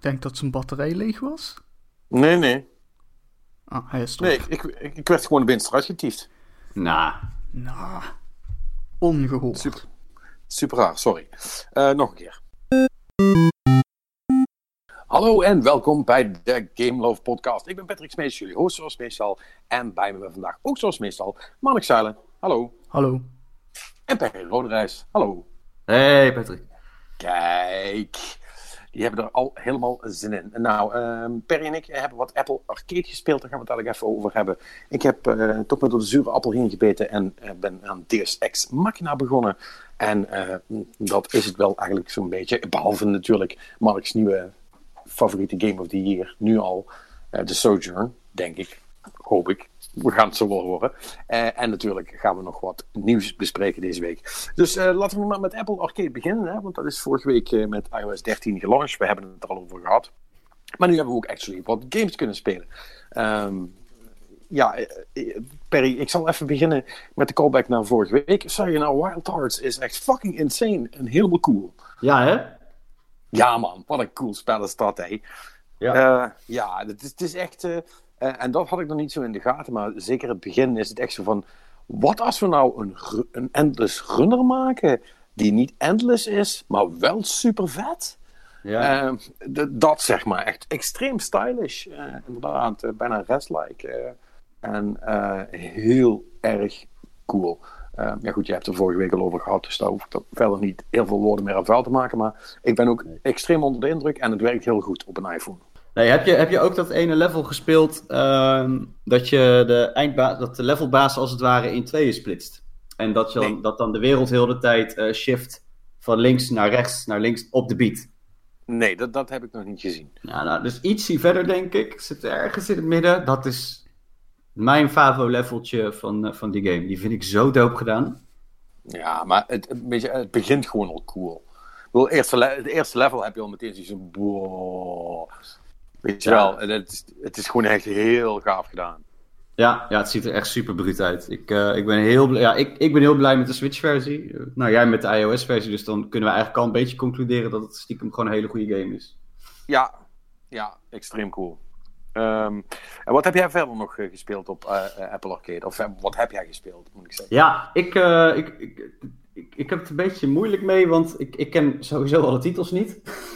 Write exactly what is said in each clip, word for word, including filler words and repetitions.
Ik denk dat zijn batterij leeg was. Nee, nee. Ah, hij is toch. Nee, ik, ik, ik werd gewoon opeens eruit getiefd. Nou. Nou, ongehoord. Super, super raar, sorry. Uh, nog een keer. Hallo en welkom bij de Game Love Podcast. Ik ben Patrick Smees, jullie host zoals meestal. En bij me vandaag ook zoals meestal Marnik Zuilen. Hallo. Hallo. En Perry Roderijs. Hallo. Hey Patrick. Kijk, die hebben er al helemaal zin in. Nou, um, Perry en ik hebben wat Apple Arcade gespeeld. Daar gaan we het dadelijk even over hebben. Ik heb uh, toch maar door de zure appel heen gebeten en uh, ben aan Deus Ex Machina begonnen. En uh, dat is het wel eigenlijk zo'n beetje. Behalve natuurlijk Mark's nieuwe favoriete Game of the Year. Nu al uh, The Sojourn, denk ik. Hoop ik. We gaan het zo wel horen. Uh, en natuurlijk gaan we nog wat nieuws bespreken deze week. Dus uh, laten we maar met Apple Arcade beginnen. Hè? Want dat is vorige week uh, met i O S dertien gelanceerd. We hebben het er al over gehad. Maar nu hebben we ook actually wat games kunnen spelen. Um, ja, uh, Perry, ik zal even beginnen met de callback naar vorige week. Sorry, nou, Wild Hearts is echt fucking insane. En helemaal cool. Ja, hè? Ja, man. Wat een cool spel is dat, hè. Ja, uh, ja het, is, het is echt... Uh, Uh, en dat had ik nog niet zo in de gaten, maar zeker in het begin is het echt zo van... Wat als we nou een, een endless runner maken die niet endless is, maar wel super vet? Ja. Uh, d- dat zeg maar, echt extreem stylish. Uh, inderdaad, uh, bijna rest-like. Uh, en uh, heel erg cool. Uh, ja goed, je hebt er vorige week al over gehad, dus daar hoef ik er verder niet heel veel woorden meer aan vuil te maken. Maar ik ben ook extreem onder de indruk en het werkt heel goed op een iPhone. Nee, heb je, heb je ook dat ene level gespeeld uh, dat je de eindba- dat de levelbaas als het ware in tweeën splitst? En dat, je dan, nee. dat dan de wereld heel de tijd uh, shift van links naar rechts naar links op de beat? Nee, dat, dat heb ik nog niet gezien. Ja, nou, dus ietsie verder denk ik. Zit ergens in het midden. Dat is mijn favo-leveltje van, uh, van die game. Die vind ik zo dope gedaan. Ja, maar het, het, weet je, het begint gewoon al cool. Ik bedoel, het eerste, le- het eerste level heb je al meteen zo'n... Wow. Weet je ja. wel, en het, is, het is gewoon echt heel gaaf gedaan. Ja, ja, het ziet er echt super bruut uit. Ik, uh, ik, ben heel blij, ja, ik, ik ben heel blij met de Switch-versie. Uh, nou, jij met de iOS-versie, dus dan kunnen we eigenlijk al een beetje concluderen dat het stiekem gewoon een hele goede game is. Ja, ja, extreem cool. Um, en wat heb jij verder nog uh, gespeeld op uh, uh, Apple Arcade? Of uh, wat heb jij gespeeld, moet ik zeggen? Ja, ik, uh, ik, ik, ik, ik heb het een beetje moeilijk mee, want ik, ik ken sowieso alle titels niet.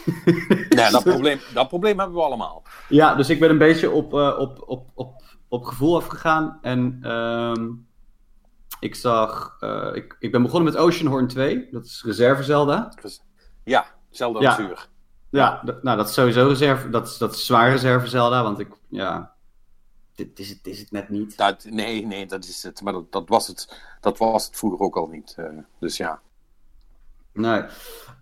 Nee, dat probleem, dat probleem hebben we allemaal. Ja, dus ik ben een beetje op, uh, op, op, op, op gevoel afgegaan. En um, ik zag... Uh, ik, ik ben begonnen met Oceanhorn twee. Dat is Reserve Zelda. Ja, Zelda ja. zuur. Ja, d- nou dat is sowieso reserve, dat is, dat is zwaar Reserve Zelda, want ik, ja... Dit is het, is het net niet. Dat, nee, nee, dat is het. Maar dat, dat, was het, dat was het vroeger ook al niet. Uh, dus ja. Nee. Uh,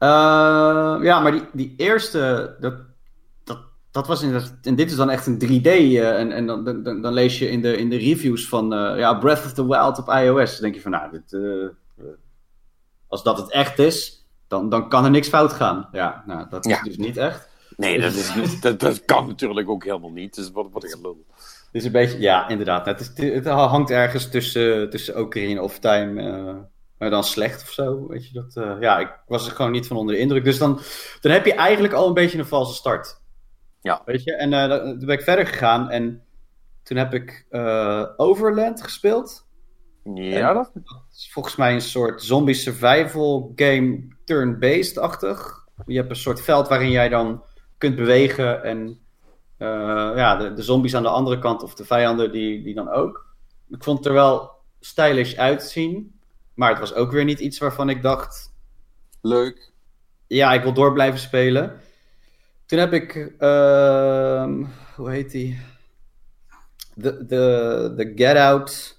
ja, maar die, die eerste... Dat, dat, dat was inderdaad... En dit is dan echt een drie D. Uh, en en dan, dan, dan lees je in de, in de reviews van... Uh, ja, Breath of the Wild op iOS. Dan denk je van, nou, dit, uh, als dat het echt is... Dan, dan kan er niks fout gaan. Ja, nou, dat is ja. dus niet echt. Nee, dat, is, dat, dat kan natuurlijk ook helemaal niet. Dus wat, wat een gelul. Het is een beetje... Ja, inderdaad. Het, is, het hangt ergens tussen, tussen Ocarina of Time... Uh, maar dan slecht of zo, weet je dat? Uh, ja, ik was er gewoon niet van onder de indruk. Dus dan, dan heb je eigenlijk al een beetje een valse start. Ja. Weet je? En uh, toen ben ik verder gegaan en toen heb ik uh, Overland gespeeld. Ja, dat... dat is volgens mij een soort zombie survival game, turn-based-achtig. Je hebt een soort veld waarin jij dan kunt bewegen en uh, ja, de, de zombies aan de andere kant of de vijanden die, die dan ook. Ik vond het er wel stylish uitzien. Maar het was ook weer niet iets waarvan ik dacht... Leuk. Ja, ik wil door blijven spelen. Toen heb ik... Uh, hoe heet die? De, de, de Get Out...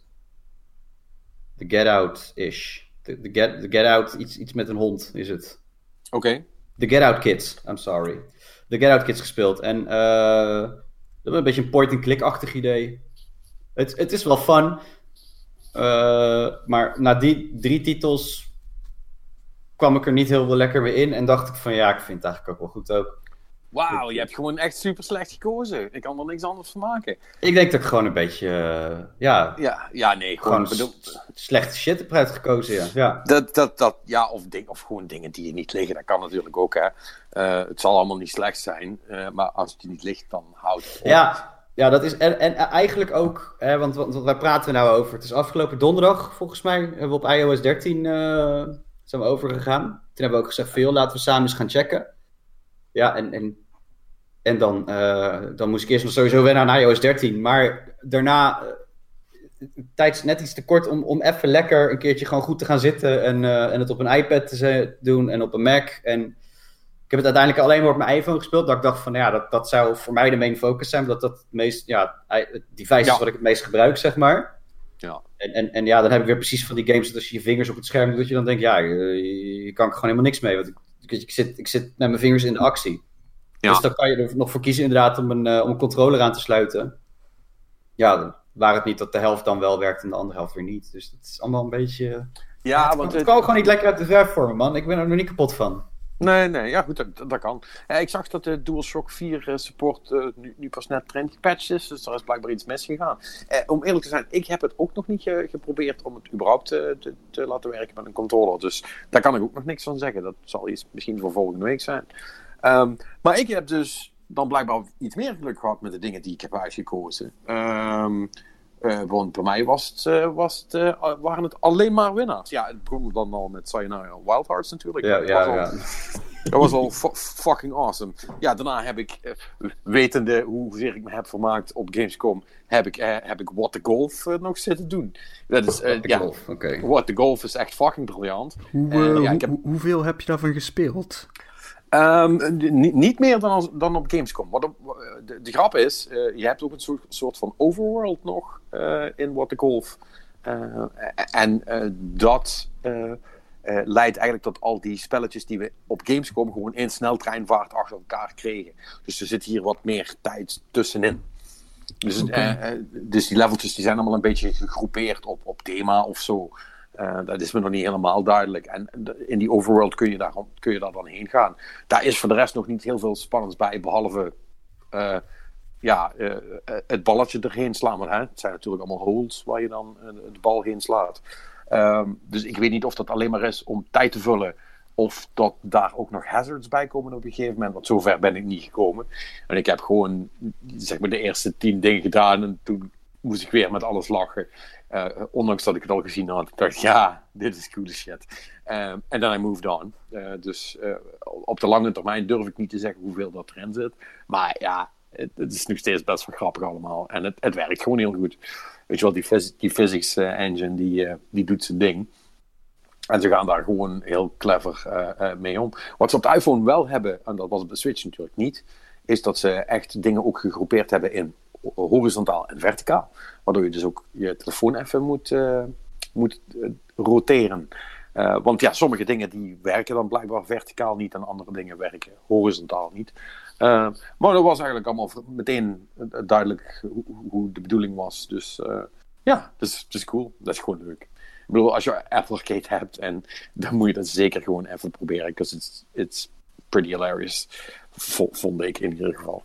De Get Out-ish. De, de, get, de Get Out... Iets, iets met een hond is het. Oké. Okay. De Get Out Kids. I'm sorry. De Get Out Kids gespeeld. En uh, dat was een beetje een point-and-click-achtig idee. Het, het is wel fun... Uh, maar na die drie titels kwam ik er niet heel veel lekker weer in en dacht ik van ja, ik vind het eigenlijk ook wel goed ook. Wauw, je hebt gewoon echt super slecht gekozen. Ik kan er niks anders van maken. Ik denk dat ik gewoon een beetje, uh, ja... Ja, ja, nee, gewoon, gewoon bedoel... slechte shit heb uitgekozen, ja. ja. Dat, dat, dat, ja, of, ding, of gewoon dingen die je niet liggen, dat kan natuurlijk ook, hè. Uh, het zal allemaal niet slecht zijn, uh, maar als het je niet ligt, dan houdt het op. Ja, ja, dat is... En, en eigenlijk ook, hè, want, want waar praten we nou over? Het is afgelopen donderdag, volgens mij, hebben we op i O S dertien uh, zijn we overgegaan. Toen hebben we ook gezegd, veel, laten we samen eens gaan checken. Ja, en... en En dan, uh, dan moest ik eerst nog sowieso wennen aan i O S dertien. Maar daarna, uh, tijd is net iets te kort om, om even lekker een keertje gewoon goed te gaan zitten. En, uh, en het op een iPad te ze- doen en op een Mac. En ik heb het uiteindelijk alleen maar op mijn iPhone gespeeld. Dat ik dacht van, ja, dat, dat zou voor mij de main focus zijn. Omdat dat het meest, ja, het device ja. is wat ik het meest gebruik, zeg maar. Ja. En, en, en ja, dan heb ik weer precies van die games dat als je je vingers op het scherm doet, dat je dan denkt, ja, je kan er gewoon helemaal niks mee. Want ik, ik, ik, zit, ik zit met mijn vingers in de actie. Ja. Dus dan kan je er nog voor kiezen inderdaad om een, uh, om een controller aan te sluiten. Ja, dan waar het niet dat de helft dan wel werkt en de andere helft weer niet. Dus dat is allemaal een beetje... Ja, ja het, want het kan ook gewoon niet lekker uit de verf voor me, man. Ik ben er nog niet kapot van. Nee, nee, ja goed, dat, dat kan. Eh, ik zag dat de DualShock vier uh, support uh, nu, nu pas net trend gepatcht is, dus er is blijkbaar iets misgegaan. Eh, om eerlijk te zijn, ik heb het ook nog niet ge- geprobeerd om het überhaupt uh, te, te laten werken met een controller. Dus daar kan ik ook nog niks van zeggen. Dat zal iets misschien voor volgende week zijn. Um, maar ik heb dus dan blijkbaar iets meer geluk gehad met de dingen die ik heb uitgekozen. Um, uh, want bij mij was het, uh, was het, uh, waren het alleen maar winnaars. Ja, het begon dan al met Sayonara Wild Hearts natuurlijk. Ja, dat, ja, was ja. al, dat was al f- fucking awesome. Ja, daarna heb ik, uh, wetende hoezeer ik me heb vermaakt op Gamescom, heb ik, uh, heb ik What the Golf uh, nog zitten doen. Dat is, uh, What the ja, Golf, oké. Okay. What the Golf is echt fucking briljant. Hoe, uh, uh, ja, hoe, ik heb... hoeveel heb je daarvan gespeeld? Um, niet, niet meer dan, als, dan op Gamescom. Wat op, de, de grap is, uh, je hebt ook een soort, soort van overworld nog uh, in What the Golf. Uh, en uh, dat uh, uh, leidt eigenlijk tot al die spelletjes die we op Gamescom gewoon in sneltreinvaart achter elkaar kregen. Dus er zit hier wat meer tijd tussenin. Dus, okay. uh, dus die leveltjes die zijn allemaal een beetje gegroepeerd op, op thema of zo. Uh, dat is me nog niet helemaal duidelijk. En in die overworld kun je, daar, kun je daar dan heen gaan. Daar is voor de rest nog niet heel veel spannends bij, behalve uh, ja, uh, het balletje erheen slaan. Maar, hè, het zijn natuurlijk allemaal holes waar je dan uh, de bal heen slaat. Um, dus ik weet niet of dat alleen maar is om tijd te vullen, of dat daar ook nog hazards bij komen op een gegeven moment. Want zover ben ik niet gekomen. En ik heb gewoon zeg maar de eerste tien dingen gedaan en toen moest ik weer met alles lachen. Uh, ondanks dat ik het al gezien had. Ik dacht, ja, dit is coole shit. En uh, dan I moved on. Uh, dus uh, op de lange termijn durf ik niet te zeggen hoeveel dat erin zit. Maar ja, het, het is nog steeds best wel grappig allemaal. En het, het werkt gewoon heel goed. Weet je wel, die, phys- die physics uh, engine, die, uh, die doet zijn ding. En ze gaan daar gewoon heel clever uh, uh, mee om. Wat ze op de iPhone wel hebben, en dat was op de Switch natuurlijk niet, is dat ze echt dingen ook gegroepeerd hebben in horizontaal en verticaal. Waardoor je dus ook je telefoon even moet, uh, moet uh, roteren. Uh, want ja, sommige dingen die werken dan blijkbaar verticaal niet en andere dingen werken horizontaal niet. Uh, maar dat was eigenlijk allemaal meteen duidelijk hoe, hoe de bedoeling was. Dus uh, ja, dat is, dat is cool. Dat is gewoon leuk. Ik bedoel, als je Apple Arcade hebt, en dan moet je dat zeker gewoon even proberen. Because it's, it's pretty hilarious. V- vond ik in ieder geval.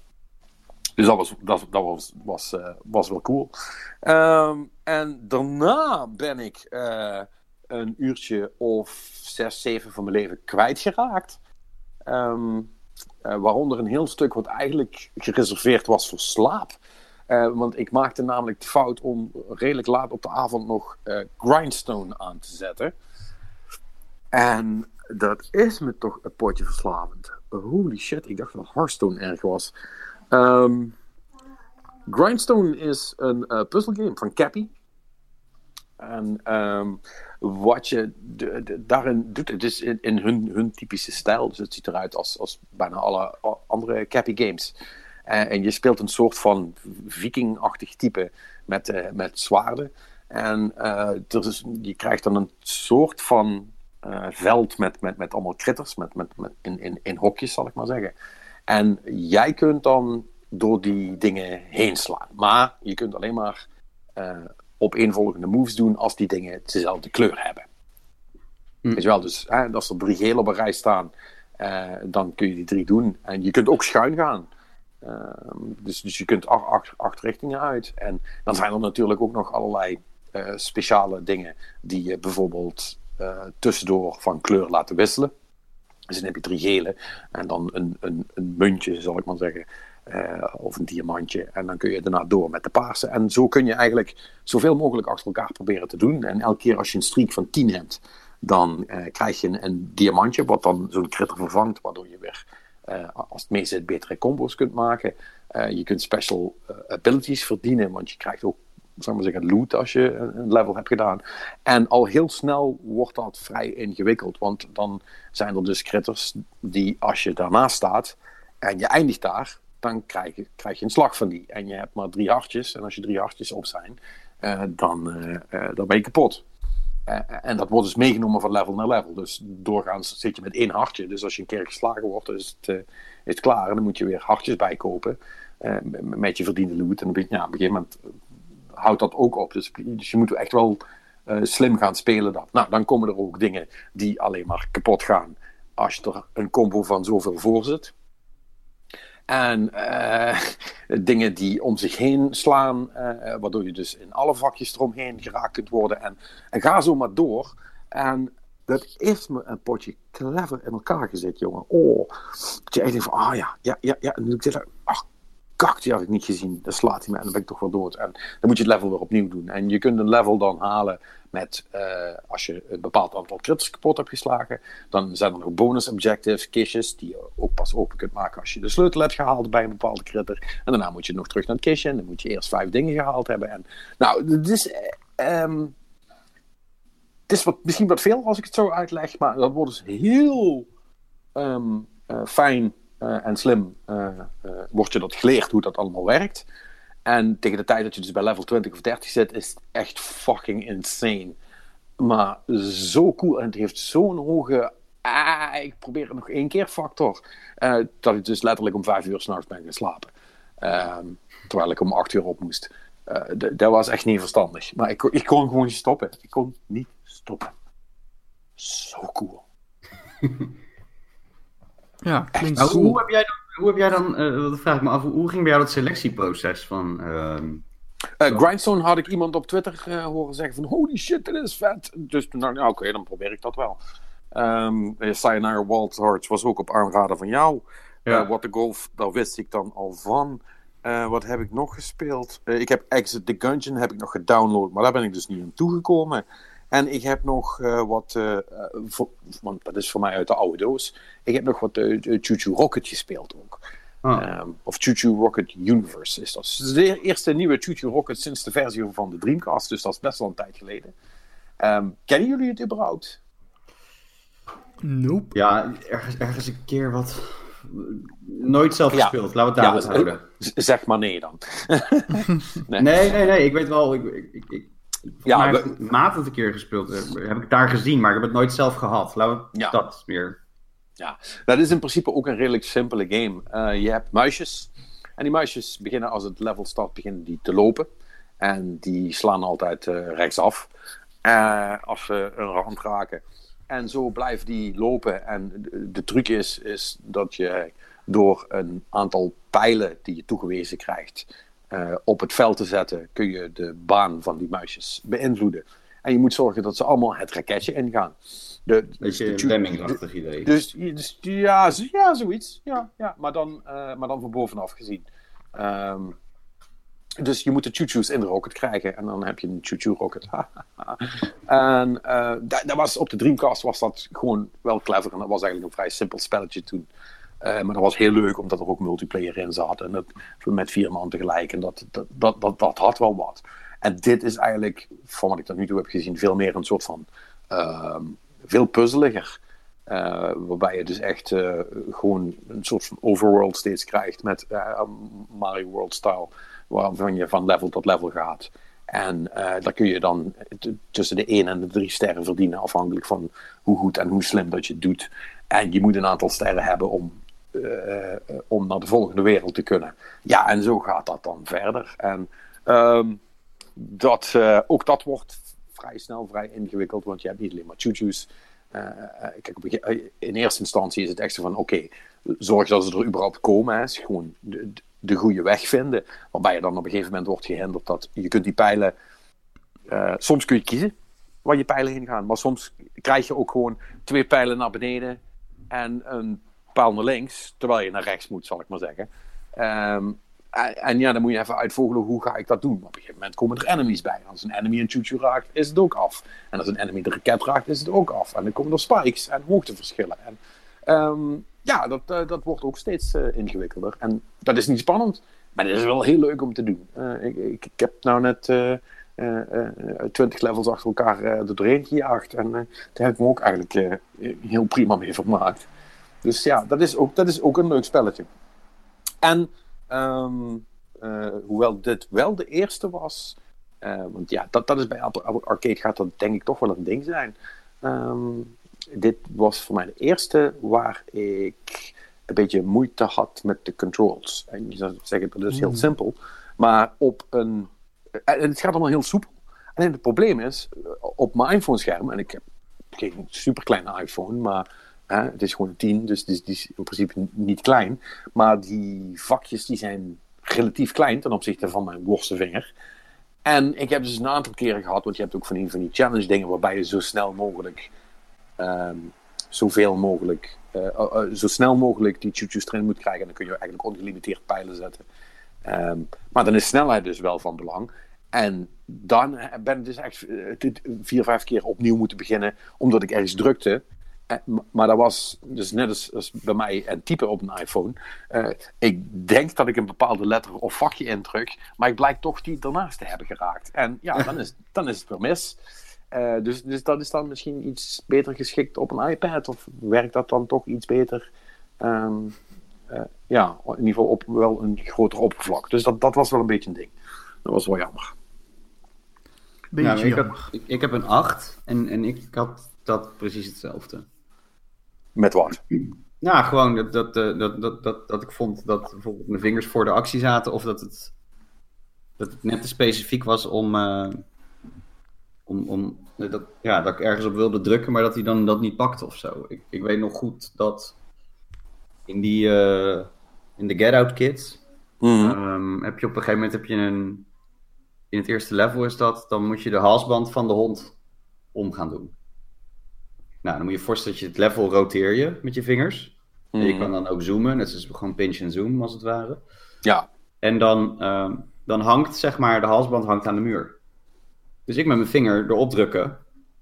Dus dat was, dat, dat was, was, uh, was wel cool. Um, en daarna ben ik uh, een uurtje of zes, zeven van mijn leven kwijtgeraakt. Um, uh, waaronder een heel stuk wat eigenlijk gereserveerd was voor slaap. Uh, want ik maakte namelijk de fout om redelijk laat op de avond nog uh, Grindstone aan te zetten. En dat is me toch een potje verslavend. Holy shit, ik dacht dat Hearthstone erg was. Um, Grindstone is een uh, puzzelgame van Cappy. En um, wat je de, de, daarin doet, het is in, in hun, hun typische stijl. Dus het ziet eruit als, als bijna alle andere Cappy games. Uh, en je speelt een soort van vikingachtig type met, uh, met zwaarden. En uh, er is, je krijgt dan een soort van uh, veld met, met, met allemaal critters. Met, met, met in, in, in hokjes, zal ik maar zeggen. En jij kunt dan door die dingen heen slaan. Maar je kunt alleen maar uh, opeenvolgende moves doen als die dingen dezelfde kleur hebben. Mm. Weet je wel, dus hè, als er drie geel op een rij staan Uh, dan kun je die drie doen. En je kunt ook schuin gaan. Uh, dus, dus je kunt acht, acht, acht richtingen uit. En dan zijn er natuurlijk ook nog allerlei uh, speciale dingen die je bijvoorbeeld uh, tussendoor van kleur laten wisselen. Dus dan heb je drie gele en dan een, een, een muntje, zal ik maar zeggen. Uh, of een diamantje. En dan kun je daarna door met de paarse. En zo kun je eigenlijk zoveel mogelijk achter elkaar proberen te doen. En elke keer als je een streak van tien hebt, dan uh, krijg je een, een diamantje, wat dan zo'n critter vervangt, waardoor je weer, uh, als het meeste betere combo's kunt maken. Uh, je kunt special uh, abilities verdienen, want je krijgt ook, zal ik maar zeggen, loot als je een level hebt gedaan. En al heel snel wordt dat vrij ingewikkeld, want dan zijn er dus critters die, als je daarnaast staat en je eindigt daar, dan krijg je, krijg je een slag van die. En je hebt maar drie hartjes, en als je drie hartjes op zijn, uh, dan, uh, uh, dan ben je kapot. Uh, en dat wordt dus meegenomen van level naar level. Dus doorgaans zit je met één hartje. Dus als je een keer geslagen wordt, is het, uh, is het klaar. En dan moet je weer hartjes bijkopen. Uh, met je verdiende loot. En dan ben je, ja, op een gegeven moment houdt dat ook op. Dus, dus je moet echt wel uh, slim gaan spelen. Dan. Nou, dan komen er ook dingen die alleen maar kapot gaan als je er een combo van zoveel voor zit. En uh, dingen die om zich heen slaan, uh, waardoor je dus in alle vakjes eromheen geraakt kunt worden. En, en ga zo maar door. En dat heeft me een potje clever in elkaar gezet, jongen. Oh, dat je echt denkt van, ah ja, ja, ja, ja. En dan doe ik dit, ach, kak, die had ik niet gezien. Dan slaat hij me en dan ben ik toch wel dood. En dan moet je het level weer opnieuw doen. En je kunt een level dan halen met, uh, als je een bepaald aantal critters kapot hebt geslagen, dan zijn er nog bonus objectives, kistjes, die je ook pas open kunt maken als je de sleutel hebt gehaald bij een bepaalde critter. En daarna moet je nog terug naar het kistje en dan moet je eerst vijf dingen gehaald hebben. En, nou, het is, um, het is wat, misschien wat veel als ik het zo uitleg, maar dat wordt dus heel um, uh, fijn uh, en slim uh, uh, wordt je dat geleerd hoe dat allemaal werkt. En tegen de tijd dat je dus bij level twintig of dertig zit, is het echt fucking insane. Maar zo cool. En het heeft zo'n hoge, ah, ik probeer het nog één keer factor. Uh, dat ik dus letterlijk om vijf uur 's nachts ben gaan slapen. Uh, terwijl ik om acht uur op moest. Uh, d- dat was echt niet verstandig. Maar ik, ik kon gewoon niet stoppen. Ik kon niet stoppen. Zo cool. Ja, klinkt nou, cool. Hoe heb jij dan, hoe heb jij dan uh, dat vraag ik me af, hoe ging bij jou dat selectieproces van... Uh... Uh, Grindstone had ik iemand op Twitter uh, horen zeggen van holy shit, dit is vet. Dus toen dacht ik, nou, oké, okay, dan probeer ik dat wel. Um, Sayonara Wild Hearts was ook op aanraden van jou. Ja. Uh, What the Golf, daar wist ik dan al van. Uh, wat heb ik nog gespeeld? Uh, ik heb Exit the Gungeon heb ik nog gedownload, maar daar ben ik dus niet aan toegekomen. En ik heb nog uh, wat, uh, voor, want dat is voor mij uit de oude doos. Ik heb nog wat uh, Choo Choo Rocket gespeeld ook. Oh. Um, of Choo Choo Rocket Universe is dat. Het is de eerste nieuwe Choo Choo Rocket sinds de versie van de Dreamcast, dus dat is best wel een tijd geleden. Um, kennen jullie het überhaupt? Nope. Ja, ergens, ergens een keer wat... Nooit zelf gespeeld, ja. Laten we het daar ja, houden. Zeg maar nee dan. nee. nee, nee, nee, ik weet wel... Ik, ik, ik, ja, mij we... heeft Maat het een keer gespeeld. Heb ik het daar gezien, maar ik heb het nooit zelf gehad. Laten we ja. dat meer... Ja, dat is in principe ook een redelijk simpele game. Uh, je hebt muisjes. En die muisjes beginnen als het level start, beginnen die te lopen. En die slaan altijd uh, rechtsaf. Uh, als ze een rand raken. En zo blijven die lopen. En de, de truc is, is dat je door een aantal pijlen die je toegewezen krijgt uh, op het veld te zetten, kun je de baan van die muisjes beïnvloeden. En je moet zorgen dat ze allemaal het raketje ingaan. De, Beetje een Lemming-achtig idee. Dus, dus ja, ja, zoiets. Ja, ja, maar, dan, uh, maar dan van bovenaf gezien. Um, dus je moet de choo-choo's in de rocket krijgen. En dan heb je een choo-choo rocket. en uh, dat, dat was, op de Dreamcast was dat gewoon wel clever. En dat was eigenlijk een vrij simpel spelletje toen. Uh, maar dat was heel leuk, omdat er ook multiplayer in zat. En dat, met vier man tegelijk. En dat, dat, dat, dat, dat had wel wat. En dit is eigenlijk, van wat ik tot nu toe heb gezien, veel meer een soort van... Uh, veel puzzeliger. Uh, waarbij je dus echt uh, gewoon een soort van overworld steeds krijgt met uh, Mario World style, waarvan je van level tot level gaat. En uh, daar kun je dan t- tussen de één en de drie sterren verdienen, afhankelijk van hoe goed en hoe slim dat je het doet. En je moet een aantal sterren hebben om, uh, om naar de volgende wereld te kunnen. Ja, en zo gaat dat dan verder. En um, dat, uh, ook dat wordt vrij snel, vrij ingewikkeld, want je hebt niet alleen maar choo-choo's. Uh, kijk, op, in eerste instantie is het echt zo van, oké, okay, zorg dat ze er überhaupt komen. Hè. Is gewoon de, de goede weg vinden. Waarbij je dan op een gegeven moment wordt gehinderd dat je kunt die pijlen... Uh, soms kun je kiezen waar je pijlen heen gaan. Maar soms krijg je ook gewoon twee pijlen naar beneden en een pijl naar links, terwijl je naar rechts moet, zal ik maar zeggen. Um, en, en ja, dan moet je even uitvogelen, hoe ga ik dat doen? Maar op een gegeven moment komen er enemies bij. Als een enemy een choo-choo raakt, is het ook af. En als een enemy de raket raakt, is het ook af. En dan komen er spikes en hoogteverschillen. En, um, ja, dat, uh, dat wordt ook steeds uh, ingewikkelder. En dat is niet spannend, maar het is wel heel leuk om te doen. Uh, ik, ik, ik heb nou net... Uh, twintig uh, uh, levels achter elkaar uh, er doorheen gejaagd. En uh, daar heb ik me ook eigenlijk uh, heel prima mee vermaakt. Dus ja, dat is ook, dat is ook een leuk spelletje. En um, uh, hoewel dit wel de eerste was... Uh, want ja, dat, dat is bij Apple Arcade gaat dat denk ik toch wel een ding zijn. Um, dit was voor mij de eerste waar ik een beetje moeite had met de controls. En je zou zeggen, dat is heel mm. simpel. Maar op een... En het gaat allemaal heel soepel. Alleen het probleem is, op mijn iPhone-scherm, en ik heb geen superkleine iPhone, maar hè, het is gewoon een tien, dus die is, die is in principe niet klein. Maar die vakjes die zijn relatief klein ten opzichte van mijn worstenvinger. En ik heb dus een aantal keren gehad, want je hebt ook van die, van die challenge dingen waarbij je zo snel mogelijk, um, zoveel mogelijk, uh, uh, uh, zo snel mogelijk die choo-choo's erin moet krijgen. En dan kun je eigenlijk ongelimiteerd pijlen zetten. Um, maar dan is snelheid dus wel van belang. En dan ben ik dus echt uh, vier, vijf keer opnieuw moeten beginnen, omdat ik ergens drukte. Uh, maar dat was dus net als, als bij mij en typen op een iPhone. Uh, ik denk dat ik een bepaalde letter of vakje indruk, maar ik blijk toch die ernaast te hebben geraakt. En ja, dan is, dan is het weer mis. Uh, dus, dus dat is dan misschien iets beter geschikt op een iPad, of werkt dat dan toch iets beter? Um, Uh, ja, in ieder geval op wel een groter oppervlak. Dus dat, dat was wel een beetje een ding. Dat was wel jammer. Beetje nou, ik, jammer. Had, ik, ik heb een acht en, en ik had dat precies hetzelfde. Met wat? Nou, gewoon dat, dat, dat, dat, dat, dat ik vond dat bijvoorbeeld mijn vingers voor de actie zaten, of dat het, dat het net te specifiek was om, uh, om, om dat, ja, dat ik ergens op wilde drukken, maar dat hij dan dat niet pakte of zo. Ik, ik weet nog goed dat in die uh, in de Get Out Kids mm-hmm. um, heb je op een gegeven moment heb je een in het eerste level is dat, dan moet je de halsband van de hond om gaan doen. Nou, dan moet je je voorstellen dat je het level roteer je met je vingers. Mm-hmm. En je kan dan ook zoomen, net zoals gewoon pinch en zoom als het ware. Ja. En dan, um, dan hangt, zeg maar, de halsband hangt aan de muur. Dus ik met mijn vinger erop drukken.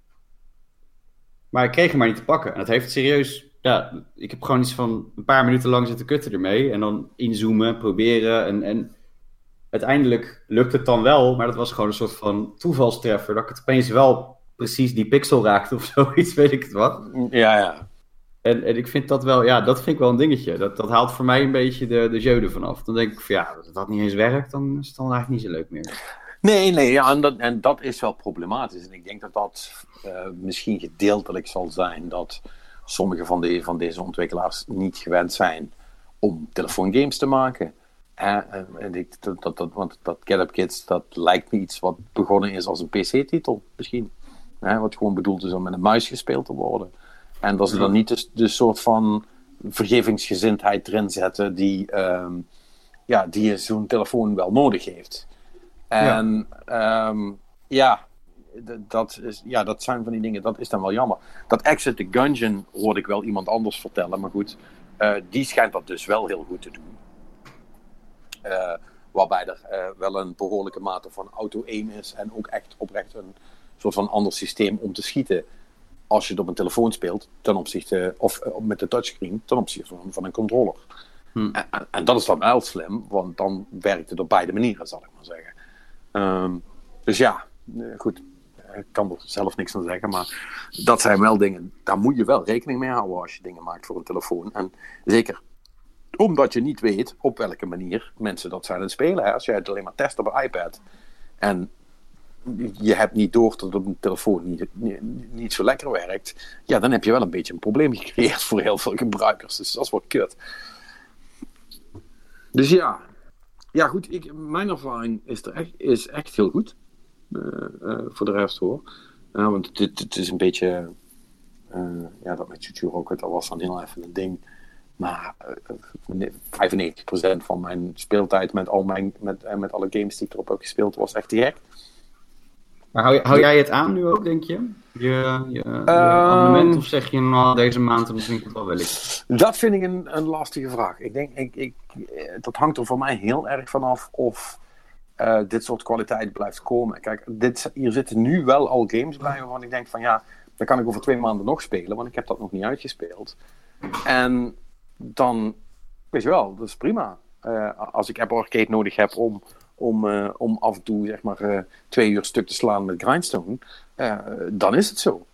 Maar ik kreeg hem maar niet te pakken. En dat heeft serieus... Ja, ik heb gewoon iets van een paar minuten lang zitten kutten ermee. En dan inzoomen, proberen. En, en uiteindelijk lukt het dan wel. Maar dat was gewoon een soort van toevalstreffer. Dat ik het opeens wel precies die pixel raakte of zoiets, weet ik het wat. Ja, ja. En, en ik vind dat wel, ja, dat vind ik wel een dingetje. Dat, dat haalt voor mij een beetje de, de jeu ervan af. Dan denk ik van ja, als dat niet eens werkt, dan is het dan eigenlijk niet zo leuk meer. Nee, nee, ja, en, dat, en dat is wel problematisch. En ik denk dat dat uh, misschien gedeeltelijk zal zijn dat sommige van, de, van deze ontwikkelaars niet gewend zijn om telefoongames te maken. Uh, en ik, dat, dat, dat, want dat Get Up Kids, dat lijkt me iets wat begonnen is als een P C-titel, misschien. Uh, wat gewoon bedoeld is om met een muis gespeeld te worden. En dat ze dan niet de, de soort van vergevingsgezindheid erin zetten die, um, ja, die zo'n telefoon wel nodig heeft. En ja, um, ja, d- dat is, ja, dat zijn van die dingen, dat is dan wel jammer. Dat Exit the Gungeon hoorde ik wel iemand anders vertellen, maar goed, uh, die schijnt dat dus wel heel goed te doen. Uh, waarbij er uh, wel een behoorlijke mate van auto-aim is en ook echt oprecht een soort van ander systeem om te schieten als je het op een telefoon speelt ten opzichte, of uh, met de touchscreen ten opzichte van, van een controller. Hmm. En, en, en dat is dan wel slim, want dan werkt het op beide manieren, zal ik maar zeggen. Um, dus ja, goed, ik kan er zelf niks van zeggen, maar dat zijn wel dingen, daar moet je wel rekening mee houden als je dingen maakt voor een telefoon. En zeker omdat je niet weet op welke manier mensen dat zijn aan het spelen. Hè? Als jij het alleen maar test op een iPad en je hebt niet door dat het op een telefoon niet, niet, niet zo lekker werkt, ja, dan heb je wel een beetje een probleem gecreëerd voor heel veel gebruikers. Dus dat is wel kut. Dus ja, ja goed, ik, mijn ervaring is, er echt, is echt heel goed. Uh, uh, voor de rest hoor. Uh, want het, het is een beetje, Uh, ja, dat met Chuchu Rocket, dat was dan heel even een ding. Maar uh, vijfennegentig procent van mijn speeltijd met, al mijn, met, uh, met alle games die ik erop heb gespeeld, was echt te gek. Maar hou, hou jij het aan nu ook, denk je? Je, je, je um, abonnement? Of zeg je nou deze maand misschien het wel wel eens? Dat vind ik een, een lastige vraag. Ik denk, ik, ik, dat hangt er voor mij heel erg vanaf of uh, dit soort kwaliteit blijft komen. Kijk, dit, hier zitten nu wel al games bij waarvan ik denk van ja, dan kan ik over twee maanden nog spelen, want ik heb dat nog niet uitgespeeld. En dan, weet je wel, dat is prima. Uh, als ik Apple Arcade nodig heb om, om, uh, om af en toe zeg maar uh, twee uur stuk te slaan met Grindstone, uh, dan is het zo.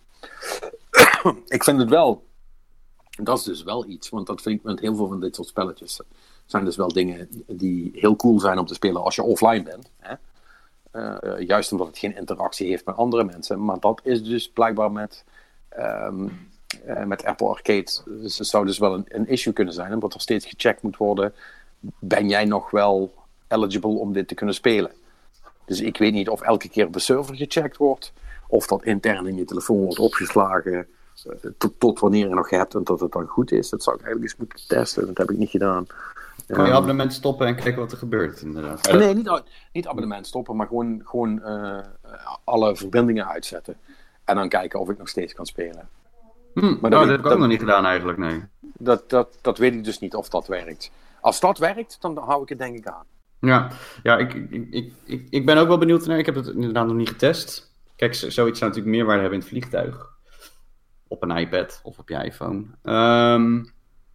Ik vind het wel, dat is dus wel iets, want dat vind ik met heel veel van dit soort spelletjes. Zijn dus wel dingen die heel cool zijn om te spelen als je offline bent. Hè? Uh, juist omdat het geen interactie heeft met andere mensen. Maar dat is dus blijkbaar met, um, uh, met Apple Arcade. Dus het zou dus wel een, een issue kunnen zijn, omdat er steeds gecheckt moet worden. Ben jij nog wel eligible om dit te kunnen spelen? Dus ik weet niet of elke keer op de server gecheckt wordt, of dat intern in je telefoon wordt opgeslagen, uh, tot, tot wanneer je nog hebt en tot het dan goed is. Dat zou ik eigenlijk eens moeten testen, dat heb ik niet gedaan. Kan je um, abonnement stoppen en kijken wat er gebeurt, inderdaad. Nee, niet, niet abonnement stoppen, maar gewoon, gewoon uh, alle verbindingen uitzetten. En dan kijken of ik nog steeds kan spelen. Hmm, maar dat, oh, dat heb ik ook dat, nog niet gedaan eigenlijk, nee. Dat, dat, dat weet ik dus niet of dat werkt. Als dat werkt, dan hou ik het denk ik aan. Ja, ja ik, ik, ik, ik, ik ben ook wel benieuwd naar. Ik heb het inderdaad nog niet getest. Kijk, zoiets zou natuurlijk meerwaarde hebben in het vliegtuig. Op een iPad of op je iPhone. Um,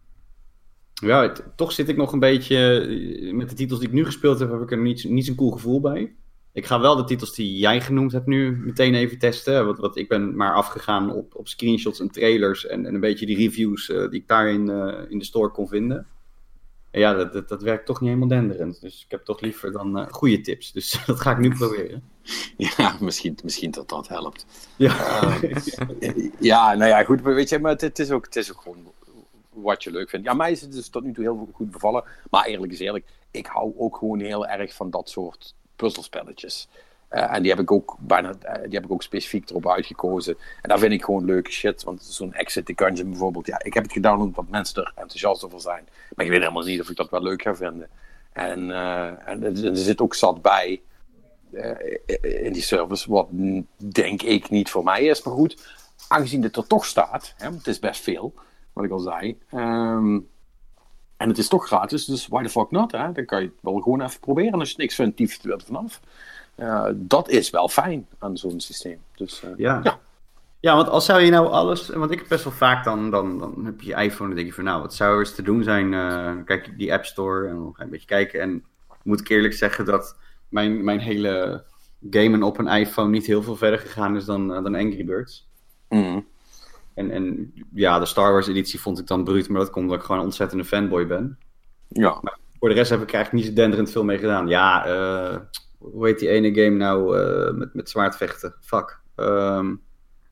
ja, het, toch zit ik nog een beetje... Met de titels die ik nu gespeeld heb, heb ik er niet, niet zo'n cool gevoel bij. Ik ga wel de titels die jij genoemd hebt nu meteen even testen. Want, want ik ben maar afgegaan op, op screenshots en trailers en, en een beetje die reviews uh, die ik daarin uh, in de store kon vinden. En ja, dat, dat, dat werkt toch niet helemaal denderend. Dus ik heb toch liever dan uh, goede tips. Dus dat ga ik nu proberen. Ja, misschien, misschien dat dat helpt. Ja, uh, ja nou ja, goed. Weet je, maar het, het, is ook, het is ook gewoon wat je leuk vindt. Ja, mij is het dus tot nu toe heel goed bevallen. Maar eerlijk is eerlijk, ik hou ook gewoon heel erg van dat soort puzzelspelletjes. Uh, en die heb ik ook bijna, uh, die heb ik ook specifiek erop uitgekozen. En daar vind ik gewoon leuke shit. Want zo'n Exit the Gungeon bijvoorbeeld. Ja, ik heb het gedownload omdat mensen er enthousiast over zijn. Maar ik weet helemaal niet of ik dat wel leuk ga vinden. En, uh, en er zit ook zat bij uh, in die service. Wat denk ik niet voor mij is. Maar goed, aangezien dit er toch staat. Hè, het is best veel, wat ik al zei. Um, en het is toch gratis. Dus why the fuck not? Hè? Dan kan je het wel gewoon even proberen. En als je niks vindt, tief je er vanaf. Uh, dat is wel fijn aan zo'n systeem. Dus, uh, ja. ja. Ja, want als zou je nou alles... Want ik heb best wel vaak dan, dan, dan heb je je iPhone en dan denk je van nou, wat zou er eens te doen zijn? Uh, dan kijk je die App Store en dan ga je een beetje kijken. En moet ik eerlijk zeggen dat mijn, mijn hele gamen op een iPhone niet heel veel verder gegaan is dan, uh, dan Angry Birds. Mm. En, en ja, de Star Wars editie vond ik dan bruut, maar dat komt omdat ik gewoon een ontzettende fanboy ben. Ja. Maar voor de rest heb ik eigenlijk niet zo denderend veel mee gedaan. Ja, uh, hoe heet die ene game nou uh, met, met zwaardvechten? Fuck. Um,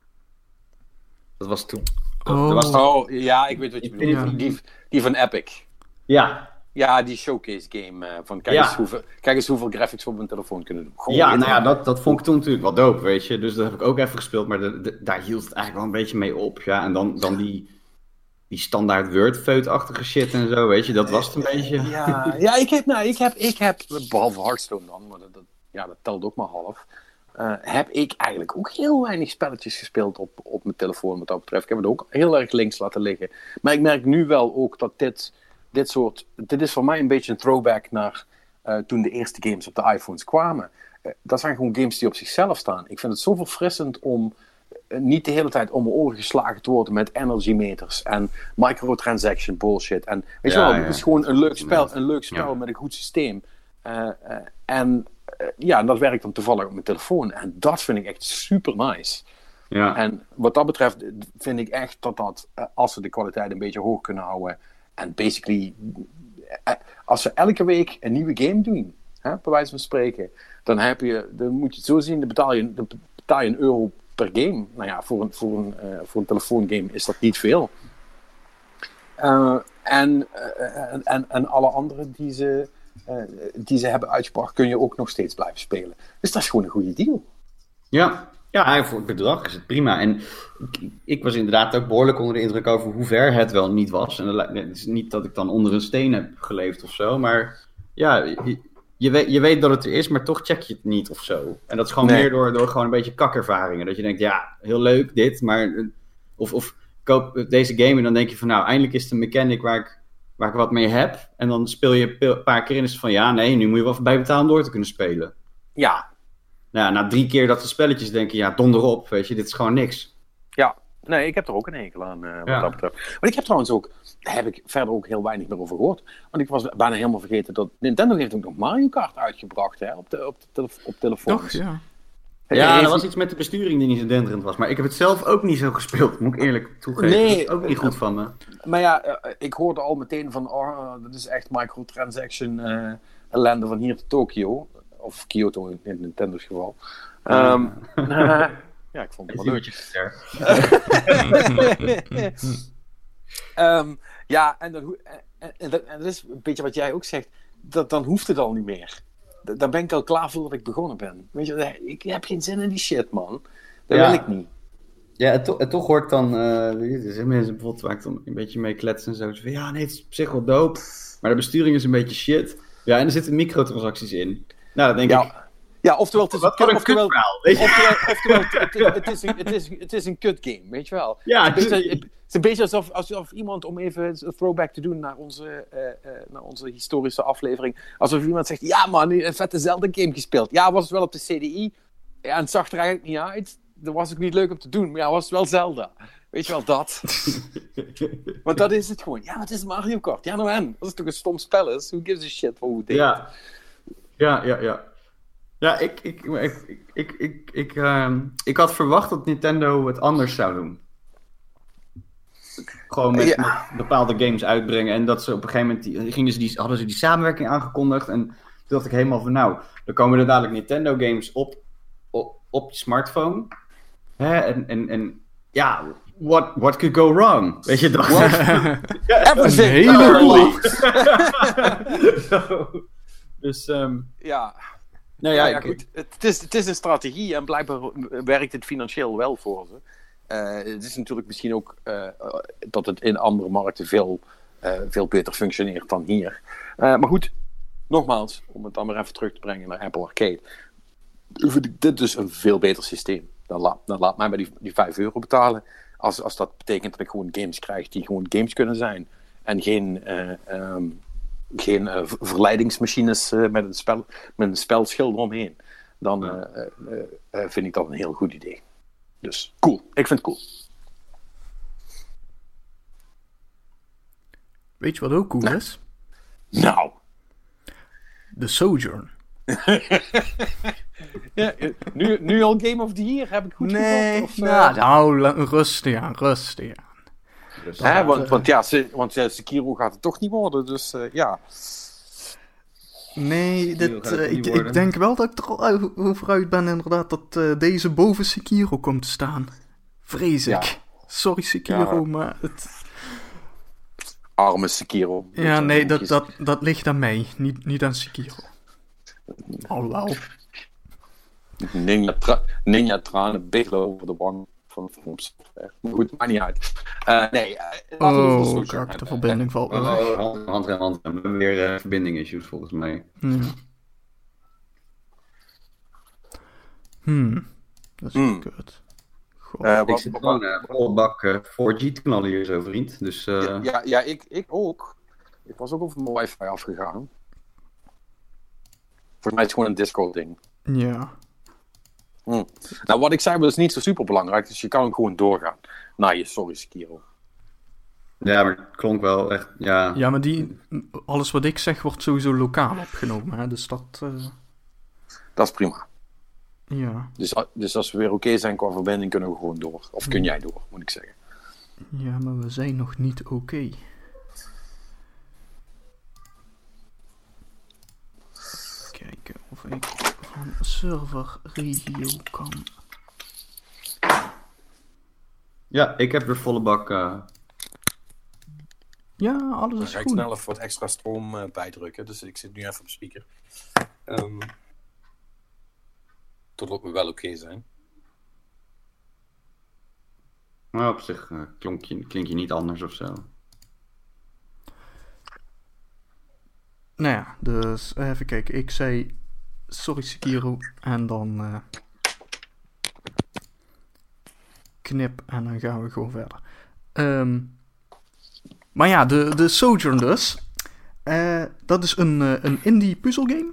dat was toen. Oh. Dat was toen... oh, ja, ik weet wat je bedoelt. Ja. Die, die van Epic. Ja. Ja, die showcase game. Uh, van kijk, ja. eens hoeveel, kijk eens hoeveel graphics we op een telefoon kunnen doen. Gewoon ja, nou ja, dat, dat vond ik toen natuurlijk wel dope, weet je. Dus dat heb ik ook even gespeeld, maar de, de, daar hield het eigenlijk wel een beetje mee op. Ja, en dan, dan die, die standaard Word-feut-achtige shit en zo, weet je. Dat was het een beetje. Ja, ja ik, heb, nou, ik, heb, ik heb, behalve Hearthstone dan, maar dat, dat, ja, dat telt ook maar half. Uh, heb ik eigenlijk ook heel weinig spelletjes gespeeld op, op mijn telefoon wat dat betreft. Ik heb het ook heel erg links laten liggen. Maar ik merk nu wel ook dat dit... Dit soort, dit is voor mij een beetje een throwback naar uh, toen de eerste games op de iPhones kwamen. Uh, dat zijn gewoon games die op zichzelf staan. Ik vind het zo verfrissend om uh, niet de hele tijd om mijn oren geslagen te worden met energy meters en microtransaction bullshit. En weet ja, je wel, ja. Het is gewoon een leuk spel, een leuk spel ja. met een goed systeem. Uh, uh, en uh, ja, dat werkt dan toevallig op mijn telefoon. En dat vind ik echt super nice. Ja. En wat dat betreft vind ik echt dat dat, uh, als ze de kwaliteit een beetje hoog kunnen houden. En basically, als ze elke week een nieuwe game doen, hè, bij wijze van spreken, dan, heb je, dan moet je het zo zien, dan betaal je, dan betaal je een euro per game. Nou ja, voor een, voor een, uh, voor een telefoongame is dat niet veel. Uh, en, uh, en, en alle andere die ze, uh, die ze hebben uitgebracht, kun je ook nog steeds blijven spelen. Dus dat is gewoon een goede deal. Ja, Ja, voor het bedrag is het prima. En ik, ik was inderdaad ook behoorlijk onder de indruk over hoe ver het wel niet was. En het is niet dat ik dan onder een steen heb geleefd of zo, maar ja, je, je, weet, je weet dat het er is, maar toch check je het niet of zo. En dat is gewoon Nee. meer door, door gewoon een beetje kakervaringen. Dat je denkt, ja, heel leuk dit, maar... Of, of koop deze game en dan denk je van, nou, eindelijk is het een mechanic waar ik, waar ik wat mee heb. En dan speel je een paar keer en is het van, ja, nee, nu moet je wel voorbij betalen om door te kunnen spelen. Ja, Nou, ja, na drie keer dat de spelletjes denken, ja, donder op, weet je, dit is gewoon niks. ja. Nee, ik heb er ook een hekel aan, uh, wat Ja. dat betreft. Maar ik heb trouwens ook, daar heb ik verder ook heel weinig meer over gehoord. Want ik was bijna helemaal vergeten dat Nintendo heeft ook nog Mario Kart uitgebracht, hè, op, de, op, de telef- op telefoons. Toch, ja. Ja, Heeft- er was iets met de besturing die niet zo denderend was. Maar ik heb het zelf ook niet zo gespeeld, moet ik eerlijk toegeven. Nee. Dat is ook niet goed van me. Maar ja, uh, ik hoorde al meteen van, oh, dat is echt microtransaction uh, ellende van hier tot Tokio. Of Kyoto in, in Nintendo's geval. Um, uh, ja, ik vond het wel leuk. um, ja, en, dan, en, en, dat, en dat is een beetje wat jij ook zegt. Dat, dan hoeft het al niet meer. Da, dan ben ik al klaar voordat ik begonnen ben. Weet je, ik heb geen zin in die shit, man. Dat Ja. wil ik niet. Ja, en, to- en toch hoor ik dan... Uh, er zijn mensen bijvoorbeeld waar ik dan een beetje mee klets en zo. Zo van, ja, nee, het is op zich wel dope. Maar de besturing is een beetje shit. Ja, en er zitten microtransacties in. Nou, dan denk Ja. ik... Ja, oftewel, het is Wat een, voor een oftewel, kutverhaal, weet je? oftewel, oftewel het, het, het, is een, het, is, het is een kut game, weet je wel. Ja, het, is, dus- het is een beetje alsof, alsof iemand, om even een throwback te doen naar onze, uh, uh, naar onze historische aflevering, alsof iemand zegt, ja man, een vette Zelda-game gespeeld. Ja, was het wel op de C D I? Ja, en het zag er eigenlijk niet uit. Dat was ook niet leuk om te doen, maar ja, was het wel Zelda. Weet je wel, dat. Want dat is het gewoon. Ja, maar het is Mario Kart. Ja, nou en. Als het toch een stom spel is, who gives a shit voor hoe het deed. Ja, ja, ja, ja. Ja, ik, ik, ik, ik, ik, ik, ik, uh, ik had verwacht dat Nintendo het anders zou doen. Gewoon met, Ja. met bepaalde games uitbrengen. En dat ze op een gegeven moment, die, gingen ze die, hadden ze die samenwerking aangekondigd. En toen dacht ik helemaal van, nou, dan komen er dadelijk Nintendo games op, op, op je smartphone. Hè? En, en, en ja, what, what could go wrong? Weet je, dat Everything! Een heleboel. Zo. Dus, um, Ja. nou Ja, ja, ja, ik- goed. Het, het, is, het is een strategie en blijkbaar werkt het financieel wel voor ze. Uh, het is natuurlijk misschien ook uh, dat het in andere markten veel, uh, veel beter functioneert dan hier. Uh, maar goed, nogmaals, om het dan maar even terug te brengen naar Apple Arcade. Vind ik dit dus een veel beter systeem. Dan, la, dan laat mij maar die, die vijf euro betalen. Als, als dat betekent dat ik gewoon games krijg die gewoon games kunnen zijn. En geen... Uh, um, geen uh, verleidingsmachines uh, met, een spel, met een spelschil eromheen, dan uh, uh, uh, vind ik dat een heel goed idee. Dus cool, ik vind het cool. Weet je wat ook cool is? Nou. The Sojourn. Ja, nu, nu al Game of the Year, heb ik goed Nee, gevoeld? Of, uh... nou, nou, la- rustig aan, rustig aan. dus, Hè, want, uh, want ja, se, want ja, Sekiro gaat het toch niet worden, dus uh, ja. Nee, dit, gaat het uh, niet ik, worden. ik denk wel dat ik er al uit- over uit ben inderdaad dat uh, deze boven Sekiro komt te staan. Vrees ik. Ja. Sorry Sekiro, Ja. maar het... Arme Sekiro. Ja, nee, dat, Beetje- dat, dat ligt aan mij, niet, niet aan Sekiro. Oh, wauw. Ninja, tra- ninja tranen biggelen over de wang van From Software. Maar goed, maakt niet uit. Uh, nee, uh, laten we over Oh, Sojourn kak, de hebben. verbinding valt weer Oh, weg. hand, hand in hand. We hebben weer uh, verbinding issues volgens mij. Ja. Hmm, dat is Hmm. kut. Goh. Uh, Ik wat- zit wat- gewoon uh, volle bak uh, vier G te knallen hier zo, vriend. Dus uh, Ja, ja, ja ik, ik ook. Ik was ook over mijn wifi afgegaan. Volgens mij is het gewoon een Discord-ding. Ja. Hm. Nou, wat ik zei was niet zo super belangrijk, dus je kan ook gewoon doorgaan. Nou, je sorry, Sekiro. ja, maar het klonk wel echt, ja. Ja, maar die, alles wat ik zeg wordt sowieso lokaal opgenomen, hè? Dus dat, uh, Dat is prima. ja. Dus, dus als we weer oké zijn qua verbinding, kunnen we gewoon door. Of kun jij door, moet ik zeggen. Ja, maar we zijn nog niet oké. Kijken of ik van server regio kan. Ja, ik heb weer volle bak. Uh, Ja, alles Dan is ga ik goed. snel even wat extra stroom uh, bijdrukken. Dus ik zit nu even op speaker. Um, totdat we wel oké okay zijn. Maar op zich uh, klonk je, klink je niet anders of zo. Nou ja, dus even kijken. Ik zei sorry Sekiro en dan uh, knip en dan gaan we gewoon verder. Um, maar ja, de, de Sojourn dus. Uh, dat is een, uh, een indie puzzelgame.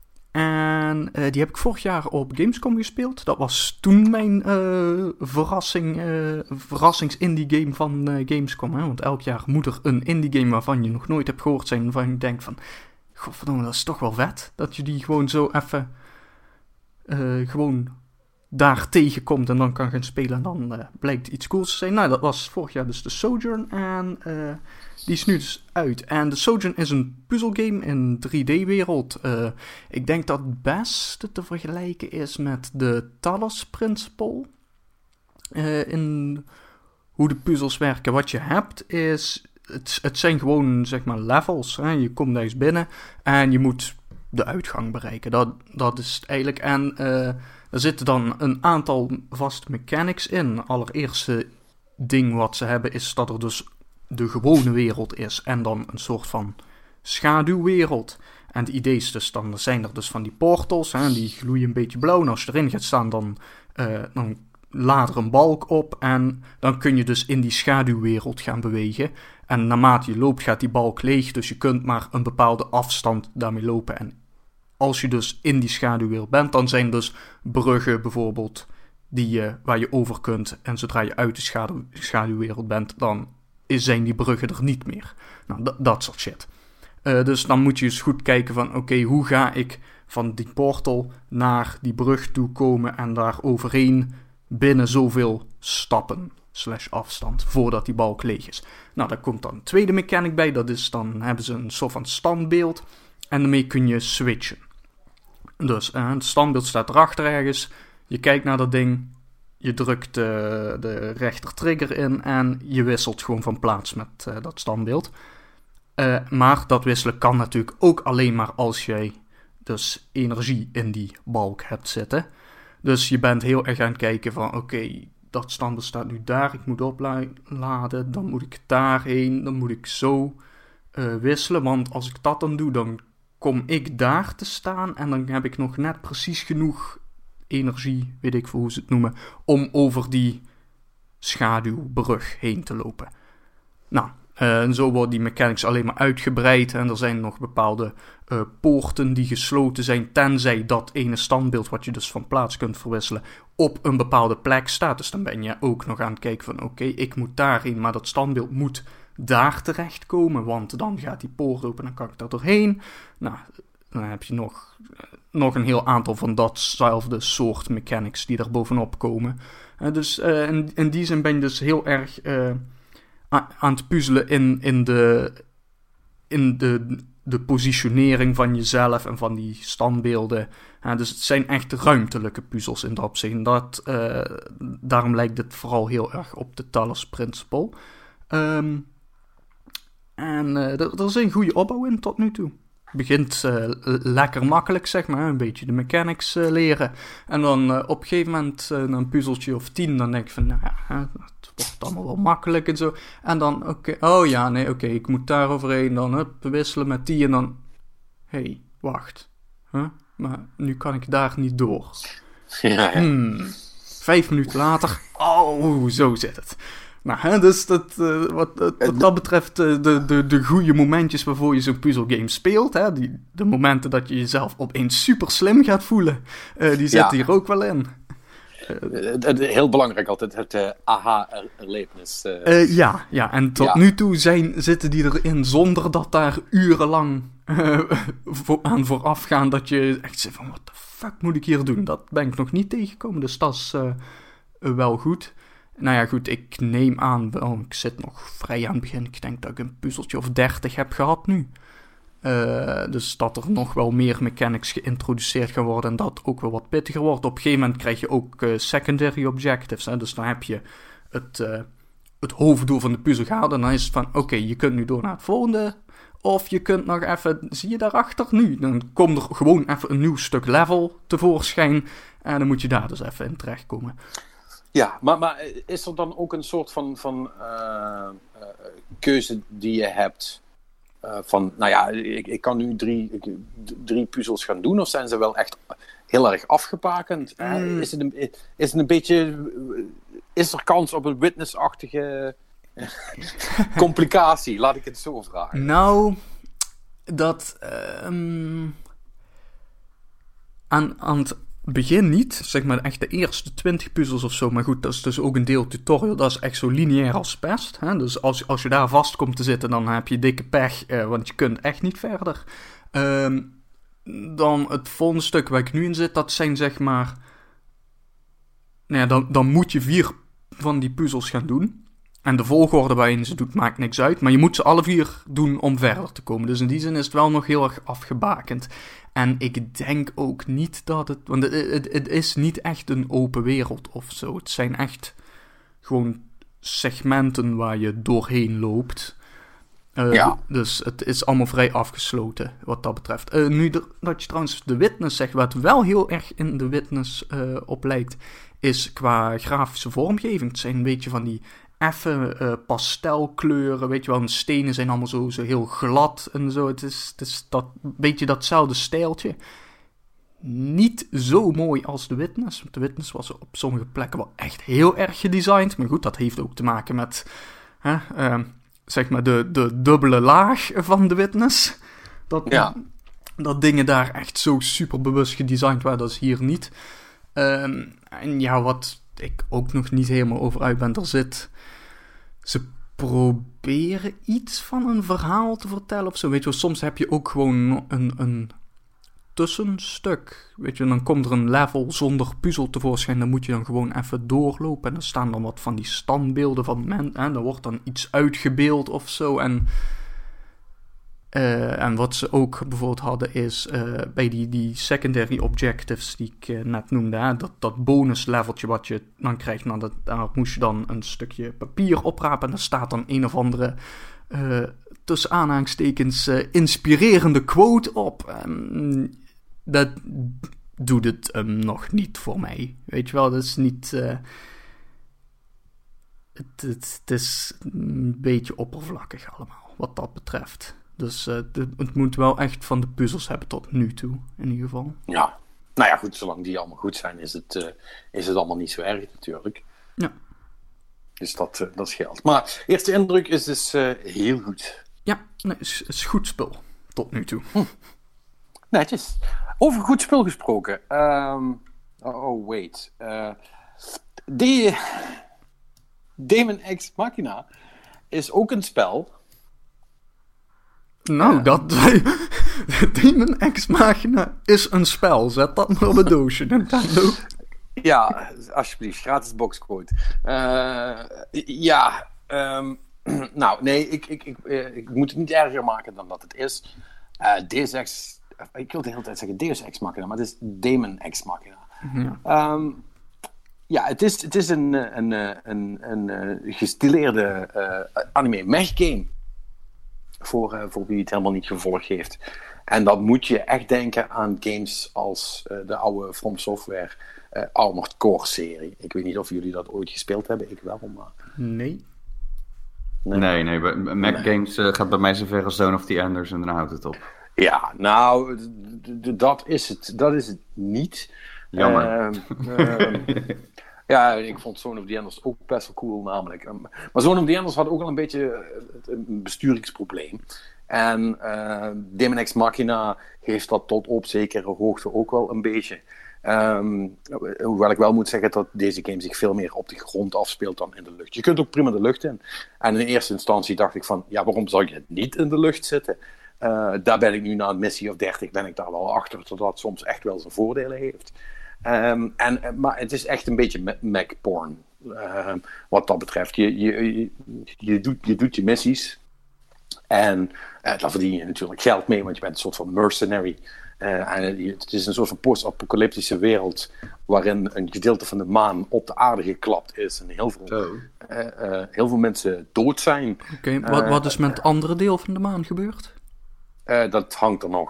En uh, die heb ik vorig jaar op Gamescom gespeeld. Dat was toen mijn uh, verrassing, uh, verrassings-indie game van uh, Gamescom. Hè? Want elk jaar moet er een indie game waarvan je nog nooit hebt gehoord zijn. Waarvan je denkt van, godverdomme, dat is toch wel vet. Dat je die gewoon zo even uh, gewoon daar tegenkomt en dan kan gaan spelen. En dan uh, blijkt iets cools te zijn. Nou, dat was vorig jaar dus de Sojourn. En uh, die is nu dus uit. En de Sojourn is een puzzelgame in drie D-wereld. Uh, ik denk dat het beste te vergelijken is met de Talos Principle. Uh, in hoe de puzzels werken. Wat je hebt is, het, het zijn gewoon zeg maar levels. Hè? Je komt ergens binnen en je moet de uitgang bereiken. Dat, dat is het eigenlijk. En uh, er zitten dan een aantal vaste mechanics in. Allereerste ding wat ze hebben is dat er dus de gewone wereld is en dan een soort van schaduwwereld. En het idee is dus dan, er zijn er dus van die portals, hè, die gloeien een beetje blauw. En als je erin gaat staan, dan, uh, dan laat er een balk op en dan kun je dus in die schaduwwereld gaan bewegen. En naarmate je loopt gaat die balk leeg, dus je kunt maar een bepaalde afstand daarmee lopen. En als je dus in die schaduwwereld bent, dan zijn dus bruggen bijvoorbeeld die je, waar je over kunt. En zodra je uit de schaduw, schaduwwereld bent, dan zijn die bruggen er niet meer. Nou, d- dat soort shit. Uh, dus dan moet je eens goed kijken van, oké, okay, hoe ga ik van die portal naar die brug toe komen en daar overheen binnen zoveel stappen slash afstand voordat die balk leeg is. Nou, daar komt dan een tweede mechanic bij. Dat is dan hebben ze een soort van standbeeld en daarmee kun je switchen. Dus uh, het standbeeld staat erachter ergens. Je kijkt naar dat ding. Je drukt uh, de rechter trigger in en je wisselt gewoon van plaats met uh, dat standbeeld. Uh, maar dat wisselen kan natuurlijk ook alleen maar als jij dus energie in die balk hebt zitten. Dus je bent heel erg aan het kijken van oké, okay, dat standbeeld staat nu daar, ik moet opladen, dan moet ik daarheen, dan moet ik zo uh, wisselen. Want als ik dat dan doe, dan kom ik daar te staan en dan heb ik nog net precies genoeg energie, weet ik veel hoe ze het noemen, om over die schaduwbrug heen te lopen. Nou, uh, en zo worden die mechanics alleen maar uitgebreid en er zijn nog bepaalde uh, poorten die gesloten zijn, tenzij dat ene standbeeld, wat je dus van plaats kunt verwisselen, op een bepaalde plek staat. Dus dan ben je ook nog aan het kijken van, oké, okay, ik moet daarheen, maar dat standbeeld moet daar terechtkomen, want dan gaat die poort open en dan kan ik daar doorheen. Nou, dan heb je nog, nog een heel aantal van datzelfde soort mechanics die er bovenop komen. Uh, dus uh, in, in die zin ben je dus heel erg uh, a- aan het puzzelen in, in, de, in de, de positionering van jezelf en van die standbeelden. Uh, dus het zijn echt ruimtelijke puzzels in dat opzicht. En dat, uh, daarom lijkt het vooral heel erg op de Talos Principle. Um, en uh, er, er is een goede opbouw in tot nu toe. Het begint uh, lekker makkelijk, zeg maar. Een beetje de mechanics uh, leren. En dan uh, op een gegeven moment, uh, na een puzzeltje of tien, dan denk ik van, nou ja, het wordt allemaal wel makkelijk en zo. En dan, oké, okay, oh ja, nee, oké, okay, ik moet daar overheen. Dan hup, wisselen met die en dan, hé, hey, wacht. Huh? Maar nu kan ik daar niet door. Ja, ja. Hmm. Vijf minuten later, oh, zo zit het. Nou, hè, dus dat, uh, wat, wat, wat dat betreft uh, de, de, de goede momentjes waarvoor je zo'n puzzelgame speelt, hè, die, de momenten dat je jezelf opeens super slim gaat voelen, uh, die zitten ja. hier ook wel in. Uh, Heel belangrijk altijd, het uh, aha-erlevenis. Uh. Uh, ja, ja, en tot ja. nu toe zijn, zitten die erin zonder dat daar urenlang uh, voor, aan vooraf gaan dat je echt zegt van, wat de fuck moet ik hier doen? Dat ben ik nog niet tegengekomen, dus dat is uh, uh, wel goed. Nou ja, goed, ik neem aan, wel, ik zit nog vrij aan het begin. Ik denk dat ik een puzzeltje of dertig heb gehad nu. Uh, dus dat er nog wel meer mechanics geïntroduceerd gaan worden en dat ook wel wat pittiger wordt. Op een gegeven moment krijg je ook uh, secondary objectives. Hè? Dus dan heb je het, uh, het hoofddoel van de puzzel gehaald en dan is het van, oké, okay, je kunt nu door naar het volgende. Of je kunt nog even, zie je daarachter nu? Dan komt er gewoon even een nieuw stuk level tevoorschijn en dan moet je daar dus even in terechtkomen. Ja, maar, maar is er dan ook een soort van, van uh, uh, keuze die je hebt? Uh, van, nou ja, ik, ik kan nu drie, ik, drie puzzels gaan doen, of zijn ze wel echt heel erg afgebakend? Mm. Uh, is, het een, is het een beetje... Is er kans op een witness-achtige complicatie? Laat ik het zo vragen. Nou, dat... Um, aan, aan het begin niet, zeg maar echt de eerste twintig puzzels of zo, maar goed, dat is dus ook een deel tutorial, dat is echt zo lineair als pest. Hè? Dus als, als je daar vast komt te zitten, dan heb je dikke pech, uh, want je kunt echt niet verder. Um, dan het volgende stuk waar ik nu in zit, dat zijn zeg maar... Nou ja, dan, dan moet je vier van die puzzels gaan doen. En de volgorde waarin ze doet, maakt niks uit. Maar je moet ze alle vier doen om verder te komen. Dus in die zin is het wel nog heel erg afgebakend. En ik denk ook niet dat het... Want het, het, het is niet echt een open wereld of zo. Het zijn echt gewoon segmenten waar je doorheen loopt. Uh, ja. Dus het is allemaal vrij afgesloten wat dat betreft. Uh, nu de, dat je trouwens de Witness zegt, wat wel heel erg in de Witness uh, op lijkt, is qua grafische vormgeving. Het zijn een beetje van die effe uh, pastelkleuren, weet je wel. De stenen zijn allemaal zo, zo heel glad en zo. Het is, het is dat beetje datzelfde stijltje. Niet zo mooi als de Witness. Want de Witness was op sommige plekken wel echt heel erg gedesigned. Maar goed, dat heeft ook te maken met... Hè, uh, zeg maar de, de dubbele laag van de Witness. Dat, ja. dat dingen daar echt zo super bewust gedesigned waren, dat is hier niet. Um, en ja, wat ik ook nog niet helemaal over uit ben, er zit... Ze proberen iets van een verhaal te vertellen of zo. Weet je wel, soms heb je ook gewoon een, een tussenstuk. Weet je, dan komt er een level zonder puzzel tevoorschijn. Dan moet je dan gewoon even doorlopen. En dan staan dan wat van die standbeelden van men. En dan wordt dan iets uitgebeeld of zo. En, uh, en wat ze ook bijvoorbeeld hadden is... Uh, bij die, die secondary objectives die ik uh, net noemde. Hè, dat, dat bonus leveltje wat je dan krijgt. Nou, dat, daar moest je dan een stukje papier oprapen. En daar staat dan een of andere... Uh, tussen aanhalingstekens uh, inspirerende quote op. Um, dat doet het um, nog niet voor mij. Weet je wel, dat is niet... Uh, het, het, het is een beetje oppervlakkig allemaal, wat dat betreft. Dus uh, de, het moet wel echt van de puzzels hebben tot nu toe, in ieder geval. Ja, nou ja, goed, zolang die allemaal goed zijn, is het, uh, is het allemaal niet zo erg natuurlijk. Ja. Dus dat, uh, dat scheelt. Maar eerste indruk is dus uh, heel goed. Ja, nee, is, is goed spul. Tot nu toe. Hm. Netjes. Over goed spul gesproken. Um, oh, oh, wait. Uh, die Daemon X Machina is ook een spel. Nou, uh, dat... Daemon X Machina is een spel. Zet dat maar op een doosje, Nintendo. Ja, alsjeblieft. Gratis boxquote. Uh, ja, um, nou, nee, ik, ik, ik, ik moet het niet erger maken dan dat het is. Uh, Deus Ex... Ik wil de hele tijd zeggen Deus Ex Machina, maar het is Daemon X Machina. Ja, um, ja het is, het is een, een, een, een, een gestileerde uh, anime mech game. Voor, uh, voor wie het helemaal niet gevolgd heeft. En dan moet je echt denken aan games als uh, de oude From Software uh, Armored Core serie. Ik weet niet of jullie dat ooit gespeeld hebben, ik wel, maar... Nee. Nee, nee, nee bij Mac nee. Games uh, gaat bij mij zover als Zone of the Enders en dan houdt het op. Ja, nou, d- d- dat is het, dat is het niet. Jammer. Uh, uh, ja, ik vond Zone of the Enders ook best wel cool namelijk. Um, maar Zone of the Enders had ook al een beetje uh, een besturingsprobleem. En uh, Daemon X Machina heeft dat tot op zekere hoogte ook wel een beetje. Um, hoewel ik wel moet zeggen dat deze game zich veel meer op de grond afspeelt dan in de lucht. Je kunt ook prima de lucht in. En in eerste instantie dacht ik van, ja, waarom zou je niet in de lucht zitten? Uh, daar ben ik nu na een missie of dertig ben ik daar wel achter, dat dat soms echt wel zijn voordelen heeft. Um, en, maar het is echt een beetje mech-porn, uh, wat dat betreft. Je, je, je, je, doet, je doet je missies en uh, daar verdien je natuurlijk geld mee, want je bent een soort van mercenary. Uh, en het is een soort van post-apocalyptische wereld waarin een gedeelte van de maan op de aarde geklapt is en heel veel, uh, uh, heel veel mensen dood zijn. Oké, okay, wat, wat is met het andere deel van de maan gebeurd? Uh, dat hangt er nog.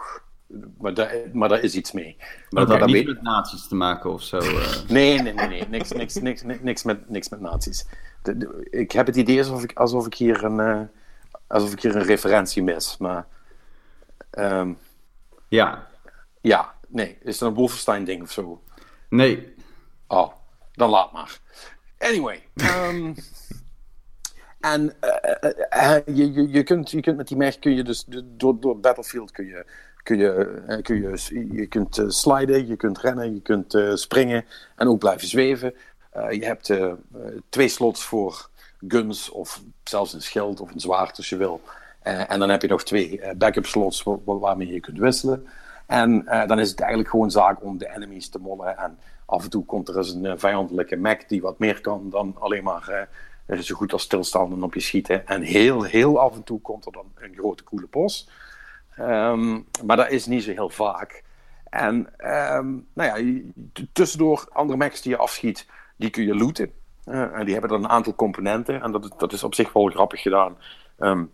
maar, daar, maar daar is iets mee. Maar dat dat heeft weet... niet met nazi's te maken of zo. Uh... Nee, nee, nee, nee. Niks, niks, niks, niks, niks, met, niks met nazi's. De, de, ik heb het idee alsof ik, alsof ik hier een, uh, alsof ik hier een referentie mis, maar... Um, ja. Ja, nee. Is het een Wolfenstein ding of zo? Nee. Oh, dan laat maar. Anyway. Um, en uh, uh, uh, je, je, je, kunt, je kunt met die mech kun je dus door, door Battlefield kun je, kun je, uh, kun je, je kunt uh, sliden, je kunt rennen, je kunt uh, springen en ook blijven zweven. Uh, je hebt uh, uh, twee slots voor guns of zelfs een schild of een zwaard als je wil. Uh, en dan heb je nog twee uh, backup slots waar, waarmee je kunt wisselen. En uh, dan is het eigenlijk gewoon zaak om de enemies te mollen. En af en toe komt er eens een uh, vijandelijke mech die wat meer kan dan alleen maar uh, zo goed als stilstaan en op je schieten. En heel, heel af en toe komt er dan een grote coole boss. Um, maar dat is niet zo heel vaak. En um, nou ja, tussendoor andere mechs die je afschiet, die kun je looten. Uh, en die hebben dan een aantal componenten. En dat, dat is op zich wel grappig gedaan. Um,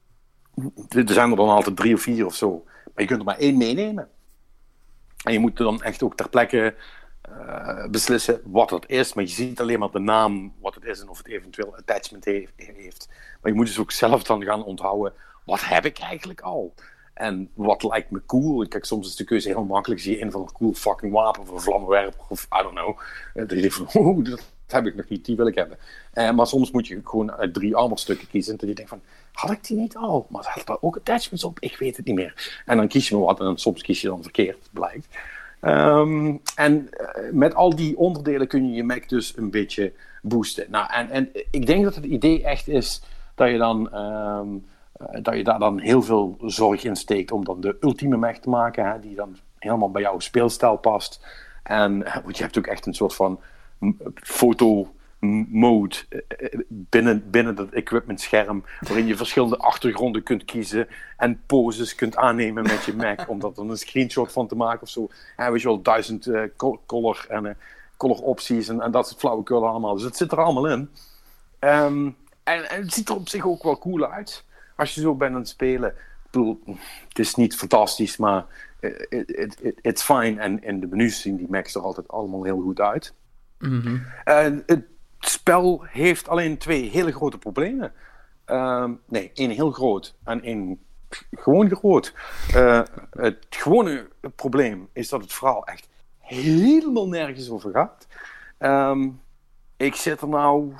er zijn er dan altijd drie of vier of zo. Maar je kunt er maar één meenemen. En je moet dan echt ook ter plekke uh, beslissen wat het is. Maar je ziet alleen maar de naam, wat het is en of het eventueel attachment heeft. Maar je moet dus ook zelf dan gaan onthouden, wat heb ik eigenlijk al? En wat lijkt me cool? Kijk, soms is de keuze heel makkelijk. Zie je een van een cool fucking wapen of een vlammenwerper of I don't know. Uh, dat je denkt van, oh, dat heb ik nog niet, die wil ik hebben. Uh, maar soms moet je gewoon uit drie armorstukken kiezen. Dat je denkt van, had ik die niet al? Maar had er ook attachments op? Ik weet het niet meer. En dan kies je maar wat en dan, soms kies je dan verkeerd, blijkt. Um, en uh, met al die onderdelen kun je je Mac dus een beetje boosten. Nou, en, en ik denk dat het idee echt is dat je dan... Um, uh, dat je daar dan heel veel zorg in steekt om dan de ultieme Mac te maken, hè, die dan helemaal bij jouw speelstijl past. En uh, want je hebt ook echt een soort van foto... mode binnen, binnen dat equipment scherm, waarin je verschillende achtergronden kunt kiezen en poses kunt aannemen met je Mac, om daar dan een screenshot van te maken of zo. En weet je wel, duizend uh, color en uh, color opties en, en dat soort flauwekul allemaal. Dus het zit er allemaal in. Um, en, en het ziet er op zich ook wel cool uit. Als je zo bent aan het spelen. Ik bedoel, het is niet fantastisch, maar it, it, it, it's fine. En in de menus zien die Macs er altijd allemaal heel goed uit. Mm-hmm. En het Het spel heeft alleen twee hele grote problemen. Uh, nee, één heel groot en één gewoon groot. Uh, het gewone probleem is dat het verhaal echt helemaal nergens over gaat. Um, ik zit er nou,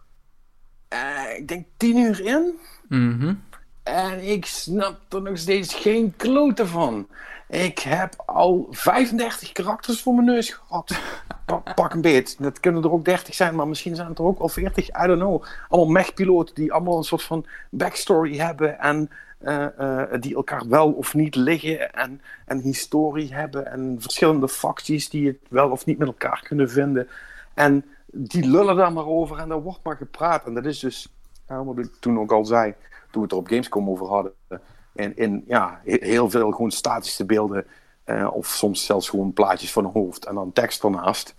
uh, ik denk tien uur in. Mm-hmm. En ik snap er nog steeds geen klote van. Ik heb al vijfendertig karakters voor mijn neus gehad. Pa- pak een beet. Dat kunnen er ook dertig zijn, maar misschien zijn het er ook al veertig. I don't know. Allemaal mechpiloten die allemaal een soort van backstory hebben. En uh, uh, die elkaar wel of niet liggen. En, en historie hebben. En verschillende facties die het wel of niet met elkaar kunnen vinden. En die lullen daar maar over. En daar wordt maar gepraat. En dat is dus, nou, wat ik toen ook al zei, toen we het er op Gamescom over hadden. In, in ja, heel veel gewoon statische beelden. Uh, of soms zelfs gewoon plaatjes van een hoofd. En dan tekst ernaast.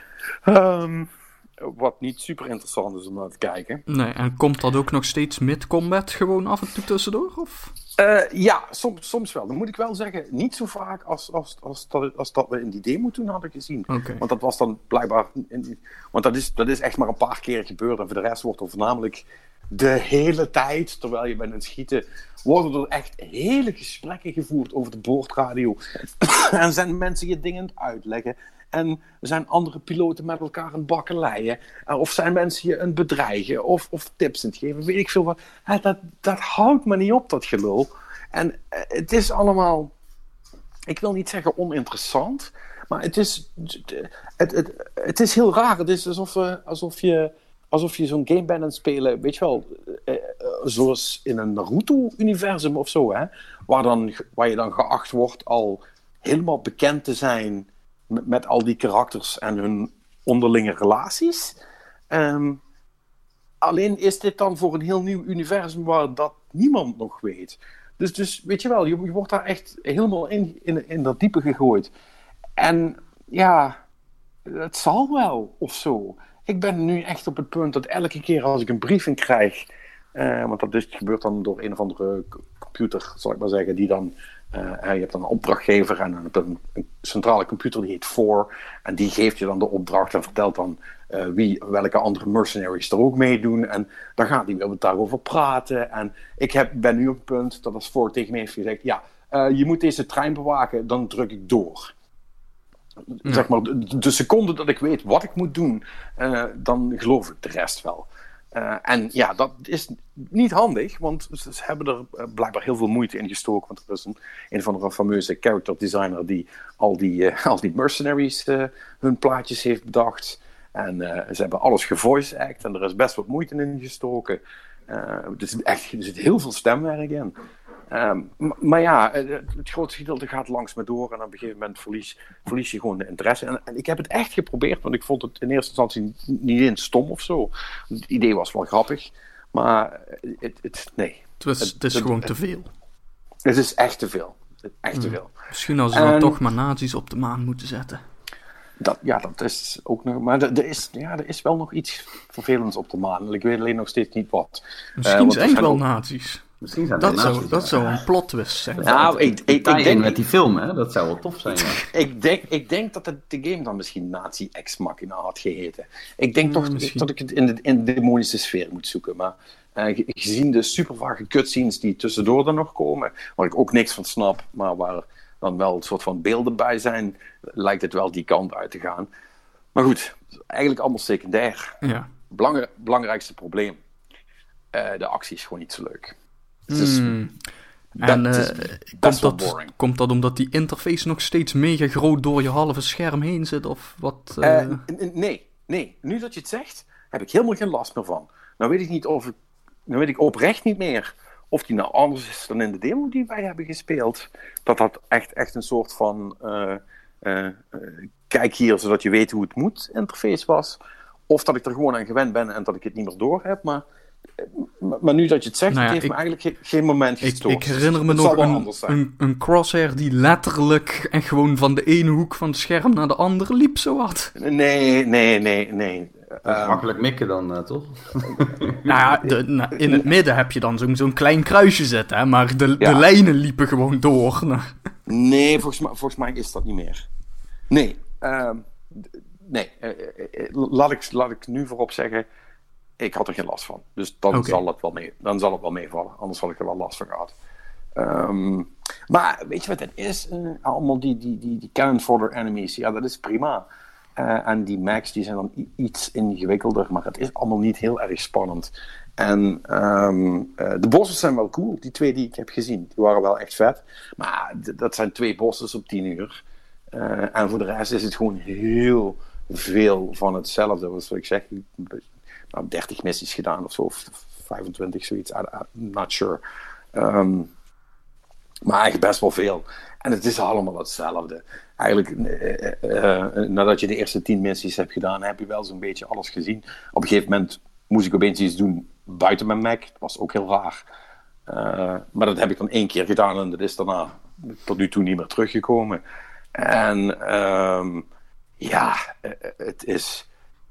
Um, wat niet super interessant is om naar te kijken. Nee, en komt dat ook nog steeds mid-combat gewoon af en toe tussendoor? Of? Uh, ja, soms, soms wel. Dan moet ik wel zeggen, niet zo vaak als, als, als, dat, als dat we in die demo toen hadden gezien. Okay. Want dat was dan blijkbaar... In, want dat is, dat is echt maar een paar keer gebeurd. En voor de rest wordt er voornamelijk de hele tijd, terwijl je bent aan het schieten, worden er echt hele gesprekken gevoerd over de boordradio. En zijn mensen je dingen aan het uitleggen. En zijn andere piloten met elkaar aan het bakkeleien. Of zijn mensen je aan het bedreigen. Of, of tips aan het geven. Weet ik veel wat. Dat, dat houdt me niet op, dat gelul. En het is allemaal... Ik wil niet zeggen oninteressant. Maar het is... Het, het, het is heel raar. Het is alsof, alsof je... Alsof je zo'n game bent aan het spelen, weet je wel, eh, zoals in een Naruto-universum of zo, hè? Waar, dan, waar je dan geacht wordt al helemaal bekend te zijn met, met al die karakters en hun onderlinge relaties. Um, alleen is dit dan voor een heel nieuw universum waar dat niemand nog weet. Dus, dus weet je wel, je, je wordt daar echt helemaal in, in, in dat diepe gegooid. En ja, het zal wel, of zo. Ik ben nu echt op het punt dat elke keer als ik een briefing krijg, uh, want dat is, gebeurt dan door een of andere computer, zal ik maar zeggen, die dan Uh, je hebt dan een opdrachtgever en dan heb je een, een centrale computer die heet Four. En die geeft je dan de opdracht en vertelt dan uh, wie, welke andere mercenaries er ook meedoen. En dan gaat hij weer daarover praten. En ik heb, ben nu op het punt dat als Four tegen me heeft gezegd... Ja, uh, je moet deze trein bewaken, dan druk ik door. Ja. Zeg maar, de, de seconde dat ik weet wat ik moet doen, uh, dan geloof ik de rest wel. Uh, en ja, dat is niet handig, want ze hebben er blijkbaar heel veel moeite in gestoken. Want er is een, een van de fameuze character designer die al die, uh, al die mercenaries uh, hun plaatjes heeft bedacht. En uh, ze hebben alles gevoice act en er is best wat moeite in gestoken. Uh, er, zit echt, er zit heel veel stemwerk in. Um, maar, maar ja, het grootste gedeelte gaat langs me door en op een gegeven moment verlies, verlies je gewoon de interesse. En, en ik heb het echt geprobeerd, want ik vond het in eerste instantie niet eens stom of zo. Het idee was wel grappig, maar het, het, nee. Het, was, het, het is het, gewoon het, te veel. Het is echt te veel. Echt te veel. Misschien als ze dan en, toch maar nazi's op de maan moeten zetten. Dat, ja, dat is ook nog... Maar er, er, is, ja, er is wel nog iets vervelends op de maan. Ik weet alleen nog steeds niet wat. Misschien uh, zijn het wel ook... nazi's. Misschien zijn dat, zou, nazi's, dat zou een plot twist zijn. Nou, ik, ik, ik, ik denk met die film, hè? Dat zou wel tof zijn. Ja. ik, denk, ik denk dat het, de game dan misschien Nazi Ex Machina had geheten. Ik denk ja, toch misschien. dat ik het in de, in de demonische sfeer moet zoeken. Maar uh, gezien de super vage cutscenes die tussendoor er nog komen, waar ik ook niks van snap, maar waar dan wel een soort van beelden bij zijn, lijkt het wel die kant uit te gaan. Maar goed, eigenlijk allemaal secundair. Ja. Belangrij- belangrijkste probleem. Uh, de actie is gewoon niet zo leuk. Het is, mm. En uh, komt, dat, komt dat omdat die interface nog steeds mega groot door je halve scherm heen zit? Of wat? Uh... Uh, n- nee, nee. Nu dat je het zegt, heb ik helemaal geen last meer van. Nou weet ik niet of ik, nou weet ik oprecht niet meer of die nou anders is dan in de demo die wij hebben gespeeld. Dat dat echt, echt een soort van uh, uh, uh, kijk hier zodat je weet hoe het moet interface was. Of dat ik er gewoon aan gewend ben en dat ik het niet meer door heb. Maar, maar nu dat je het zegt, nou ja, het heeft ik, me eigenlijk ge- geen moment gestoord. Ik, ik herinner me nog een, een, een crosshair die letterlijk en gewoon van de ene hoek van het scherm naar de andere liep, zowat. Nee, nee, nee, nee. Dat is um, makkelijk mikken dan, uh, toch? Nou ja, de, na, in het midden heb je dan zo'n, zo'n klein kruisje zitten, hè, maar de, ja. de lijnen liepen gewoon door. Nou. Nee, volgens mij, volgens mij is dat niet meer. Nee, um, nee. Uh, uh, laat, ik, laat ik nu voorop zeggen, ik had er geen last van. Dus dan, okay. zal, het wel mee, dan zal het wel meevallen. Anders had ik er wel last van gehad. Um, maar weet je wat het is? Uh, allemaal die, die, die, die cannon fodder enemies, ja, dat is prima. Uh, en die max die zijn dan i- iets ingewikkelder, maar het is allemaal niet heel erg spannend. En um, uh, de bosses zijn wel cool, die twee die ik heb gezien. Die waren wel echt vet. Maar d- dat zijn twee bosses op tien uur. Uh, en voor de rest is het gewoon heel veel van hetzelfde. Wat ik zeg, nou, dertig missies gedaan of zo, of vijfentwintig, zoiets. I, I'm not sure. Um, maar eigenlijk best wel veel. En het is allemaal hetzelfde. Eigenlijk, uh, uh, nadat je de eerste tien missies hebt gedaan, heb je wel zo'n beetje alles gezien. Op een gegeven moment moest ik opeens iets doen buiten mijn Mac. Dat was ook heel raar. Uh, maar dat heb ik dan één keer gedaan en dat is daarna tot nu toe niet meer teruggekomen. En um, ja, uh, het is...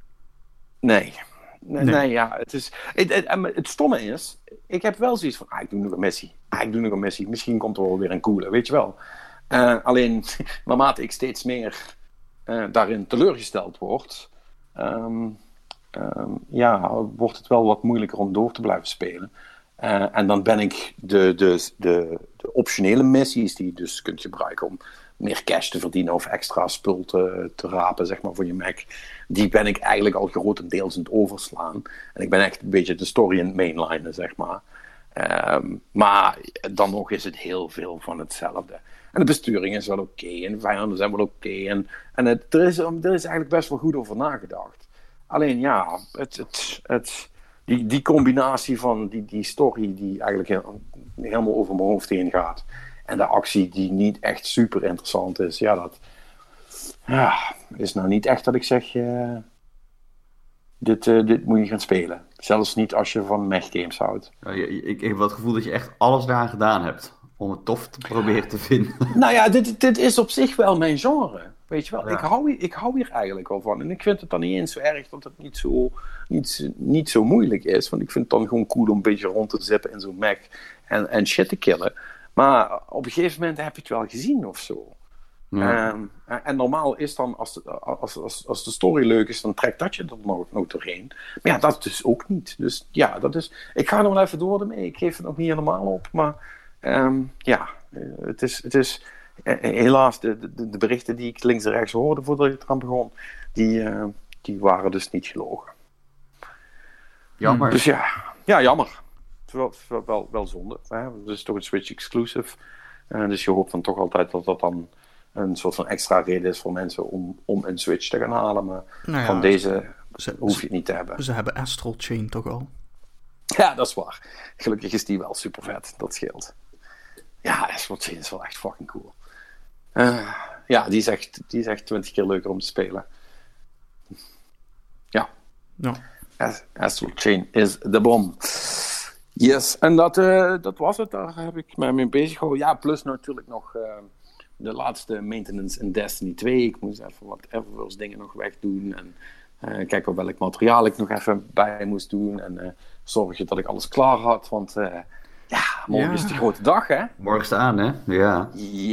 Nee... Nee, nee. nee, ja, het is... Het, het, het, het stomme is, ik heb wel zoiets van, ah, ik doe nog een missie. Ah, ik doe nog een missie. Misschien komt er wel weer een coole, weet je wel. Uh, alleen, naarmate ik steeds meer uh, daarin teleurgesteld word, um, um, ja, wordt het wel wat moeilijker om door te blijven spelen. Uh, en dan ben ik de, de, de, de optionele missies die je dus kunt gebruiken om meer cash te verdienen of extra spul te, te rapen, zeg maar, voor je Mac. Die ben ik eigenlijk al grotendeels aan het overslaan. En ik ben echt een beetje de story in het mainlinen, zeg maar. Um, maar dan nog is het heel veel van hetzelfde. En de besturing is wel oké, okay, en de vijanden zijn wel oké. Okay, en en het, er, is, er is eigenlijk best wel goed over nagedacht. Alleen ja, het, het, het, die, die combinatie van die, die story die eigenlijk heel, helemaal over mijn hoofd heen gaat. En de actie die niet echt super interessant is. Ja, dat ja, is nou niet echt dat ik zeg... Uh, dit, uh, dit moet je gaan spelen. Zelfs niet als je van mech games houdt. Ja, ik, ik heb wel het gevoel dat je echt alles daaraan gedaan hebt. Om het tof te proberen te vinden. Nou ja, dit, dit is op zich wel mijn genre. Weet je wel, ja. ik, hou, ik hou hier eigenlijk wel van. En ik vind het dan niet eens zo erg dat het niet zo, niet, niet zo moeilijk is. Want ik vind het dan gewoon cool om een beetje rond te zippen in zo'n mech. En, en shit te killen. Maar op een gegeven moment heb je het wel gezien of zo. Ja. Um, en, en normaal is dan, als de, als, als, als de story leuk is, dan trekt dat je er nog, nog doorheen. Maar ja, dat dus ook niet. Dus ja, dat is... Ik ga er wel even door ermee. Ik geef het nog niet helemaal op. Maar um, ja, het is... Het is helaas, de, de, de berichten die ik links en rechts hoorde voordat ik eraan begon, die, uh, die waren dus niet gelogen. Jammer. Dus ja, ja jammer. Het is wel, wel, wel, wel zonde. Hè? Het is toch een Switch exclusive. Uh, dus je hoopt dan toch altijd dat dat dan een soort van extra reden is voor mensen om, om een Switch te gaan halen. Maar nou ja, van deze ze, hoef je het niet te hebben. Ze hebben Astral Chain toch al? Ja, dat is waar. Gelukkig is die wel super vet. Dat scheelt. Ja, Astral Chain is wel echt fucking cool. Uh, ja, die is, echt, die is echt twintig keer leuker om te spelen. Ja. ja. Astral Chain is de bom. Yes, en dat, uh, dat was het. Daar heb ik me mee bezig gehouden. Ja, plus natuurlijk nog uh, de laatste maintenance in Destiny twee. Ik moest even wat Eververse dingen nog wegdoen. En uh, kijken op welk materiaal ik nog even bij moest doen. En uh, zorgen dat ik alles klaar had. Want uh, ja, morgen ja. is de grote dag, hè? Morgen is aan, hè? Ja.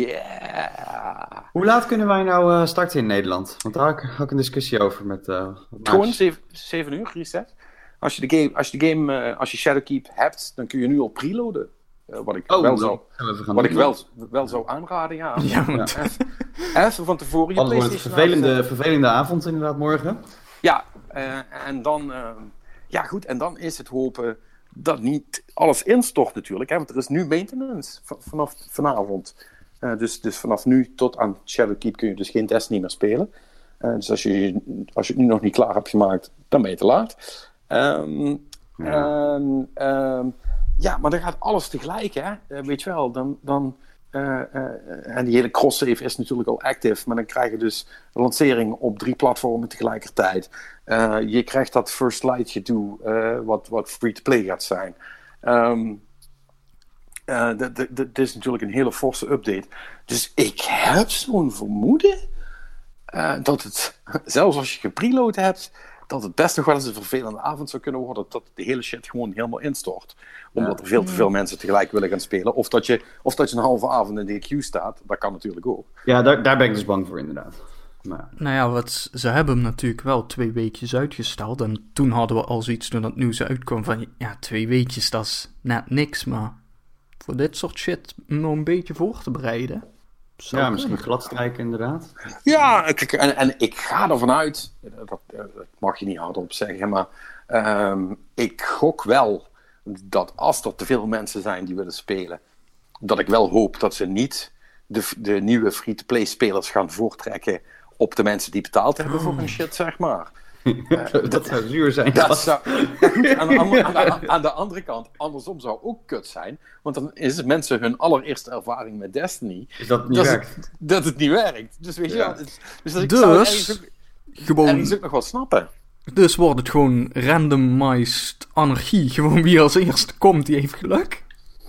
Yeah. Hoe laat kunnen wij nou uh, starten in Nederland? Want daar had ik, had ik een discussie over met... Uh, Gewoon zeven uur, reset. Als je de game, als je, de game uh, als je Shadowkeep hebt, dan kun je nu al preloaden. Uh, wat ik, oh, wel, zou, wat ik wel, wel zou aanraden, ja. ja, want... ja. Even, even van tevoren je PlayStation... Een vervelende, vervelende avond inderdaad morgen. Ja, uh, en dan... Uh, ja, goed, en dan is het hopen dat niet alles instort natuurlijk. Hè, want er is nu maintenance v- vanaf vanavond. Uh, dus, dus vanaf nu tot aan Shadowkeep kun je dus geen Destiny meer spelen. Uh, dus als je, als je het nu nog niet klaar hebt gemaakt, dan ben je te laat. Um, ja. Um, um, ja, maar dan gaat alles tegelijk, hè? Uh, weet je wel, dan... dan uh, uh, en die hele cross-save is natuurlijk al active, maar dan krijg je dus lancering op drie platformen tegelijkertijd. Uh, je krijgt dat first light gedoe, uh, wat, wat free-to-play gaat zijn. Um, uh, Dit is natuurlijk een hele forse update. Dus ik heb zo'n vermoeden uh, dat het, zelfs als je gepreload hebt, dat het best nog wel eens een vervelende avond zou kunnen worden, dat de hele shit gewoon helemaal instort. Omdat ja. er veel te veel mensen tegelijk willen gaan spelen. Of dat je, of dat je een halve avond in de queue staat. Dat kan natuurlijk ook. Ja, daar, daar ben ik dus bang voor inderdaad. Maar... Nou ja, wat, ze hebben hem natuurlijk wel twee weekjes uitgesteld. En toen hadden we al zoiets toen dat nieuws uitkwam van... Ja, twee weekjes, dat is net niks. Maar voor dit soort shit nog een beetje voor te bereiden... Zo ja, misschien gladstrijken inderdaad. Ja, kijk, en, en ik ga ervan uit, dat, dat mag je niet hardop zeggen, maar um, ik gok wel dat als er te veel mensen zijn die willen spelen, dat ik wel hoop dat ze niet de, de nieuwe free-to-play spelers gaan voortrekken op de mensen die betaald hebben voor hun shit, zeg maar. Uh, dat, dat zou zuur zijn. Dat zou, ja goed, aan, de andere, aan, de, aan de andere kant, andersom zou ook kut zijn. Want dan is het mensen hun allereerste ervaring met Destiny. Is dat het niet dat werkt? Het, dat het niet werkt. Dus weet je ja. wel. Dus, dus, dat ik dus zou ergens ook, gewoon, ergens ook nog wel snappen. Dus wordt het gewoon randomized anarchie. Gewoon wie als eerste komt, die heeft geluk.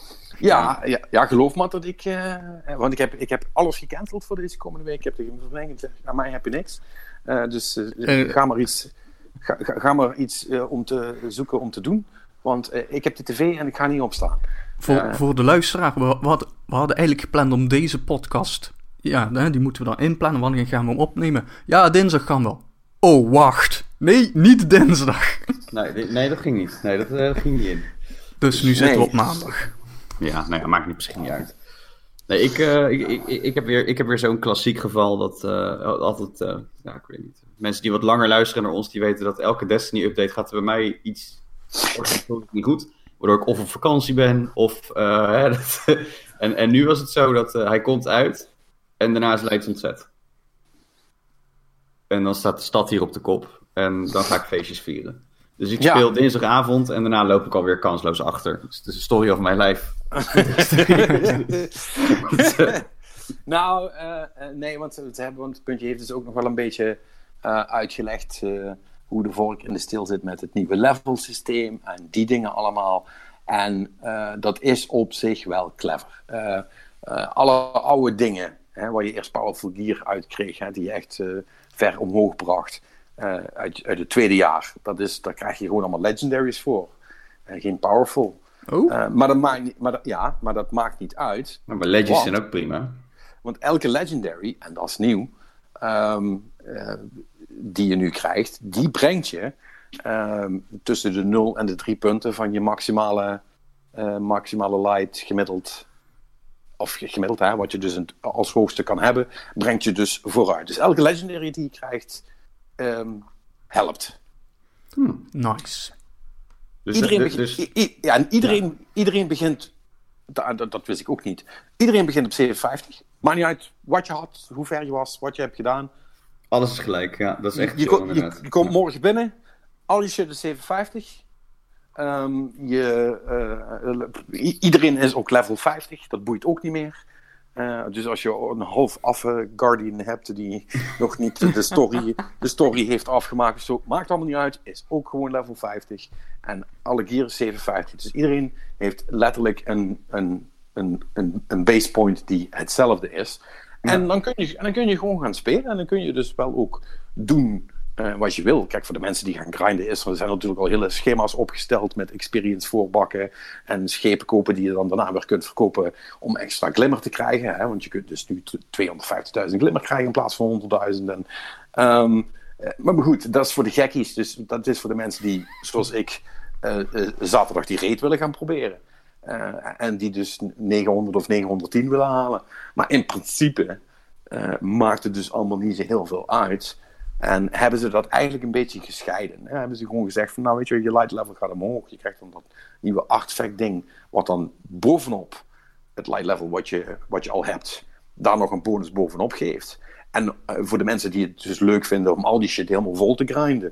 Ja, ja, ja, geloof maar dat ik... Uh, want ik heb, ik heb alles gecanceld voor deze komende week. Ik heb tegen mijn vriendin gezegd, aan mij heb je niks. Uh, dus uh, uh, ga maar iets, ga, ga maar iets uh, om te zoeken om te doen. Want uh, ik heb de tv en ik ga niet opstaan. Voor, uh, voor de luisteraar, we, we, hadden, we hadden eigenlijk gepland om deze podcast... Ja, die moeten we dan inplannen. Wanneer gaan we hem opnemen? Ja, dinsdag gaan we. Oh, wacht. Nee, niet dinsdag. Nee, dit, nee dat ging niet. Nee, dat uh, ging niet in. Dus nu nee. zitten we op maandag. Ja, nou ja, maakt niet misschien niet uit. Nee, ik, uh, ik, ik, ik, heb weer, ik heb weer zo'n klassiek geval dat uh, altijd, uh, ja, ik weet niet. Mensen die wat langer luisteren naar ons, die weten dat elke Destiny-update gaat er bij mij iets niet goed. Waardoor ik of op vakantie ben, of... Uh, hè, dat, en, en nu was het zo dat uh, hij komt uit en daarna is Leids ontzet. En dan staat de stad hier op de kop en dan ga ik feestjes vieren. Dus ik speel ja. dinsdagavond en daarna loop ik alweer kansloos achter. Dus het is een story of my life. nou, uh, nee, want het, hebben, want het puntje heeft dus ook nog wel een beetje uh, uitgelegd uh, hoe de vork in de steel zit met het nieuwe level systeem en die dingen allemaal. En uh, dat is op zich wel clever. Uh, uh, alle oude dingen, hè, waar je eerst Powerful Gear uitkreeg, hè, die je echt uh, ver omhoog bracht. Uh, uit, uit het tweede jaar. Dat is, daar krijg je gewoon allemaal legendaries voor. Uh, geen powerful. Oh? Uh, maar, dat maakt niet, maar, dat, ja, maar dat maakt niet uit. Maar Legends want, zijn ook prima. Want elke Legendary, en dat is nieuw, um, uh, die je nu krijgt, die brengt je um, tussen de nul en de drie punten van je maximale, uh, maximale light gemiddeld, of gemiddeld, hè, wat je dus als hoogste kan hebben, brengt je dus vooruit. Dus elke Legendary die je krijgt, um, helpt. Hmm. Nice. Dus, iedereen, dus, begint, dus, i, i, ja, en iedereen, ja. iedereen begint, dat, dat, dat wist ik ook niet, iedereen begint op zevenenvijftig. Maakt niet uit wat je had, hoe ver je was, wat je hebt gedaan. Alles is gelijk, ja. Dat is echt je, chill, je, inderdaad. je, je komt ja. morgen binnen, al je shit is zevenenvijftig. Um, je, uh, i- iedereen is ook level vijftig, dat boeit ook niet meer. Uh, dus als je een half affe Guardian hebt die nog niet de story, de story heeft afgemaakt, zo, maakt allemaal niet uit, is ook gewoon level vijftig. En alle gear is zevenenvijftig. Dus iedereen heeft letterlijk een, een, een, een, een base point die hetzelfde is. Ja. En, dan kun je, en dan kun je gewoon gaan spelen en dan kun je dus wel ook doen uh, wat je wil. Kijk, voor de mensen die gaan grinden is er zijn natuurlijk al hele schema's opgesteld met experience voorbakken en schepen kopen die je dan daarna weer kunt verkopen om extra glimmer te krijgen. Hè? Want je kunt dus nu tweehonderdvijftigduizend glimmer krijgen in plaats van honderdduizend. En, um, maar goed, dat is voor de gekkies. Dus dat is voor de mensen die, zoals ik, uh, uh, zaterdag die raid willen gaan proberen. Uh, en die dus negenhonderd of negenhonderdtien willen halen. Maar in principe uh, maakt het dus allemaal niet zo heel veel uit. En hebben ze dat eigenlijk een beetje gescheiden. Hè? Hebben ze gewoon gezegd van, nou weet je, je light level gaat omhoog. Je krijgt dan dat nieuwe artefact ding, wat dan bovenop het light level wat je, wat je al hebt, daar nog een bonus bovenop geeft. En uh, voor de mensen die het dus leuk vinden om al die shit helemaal vol te grinden,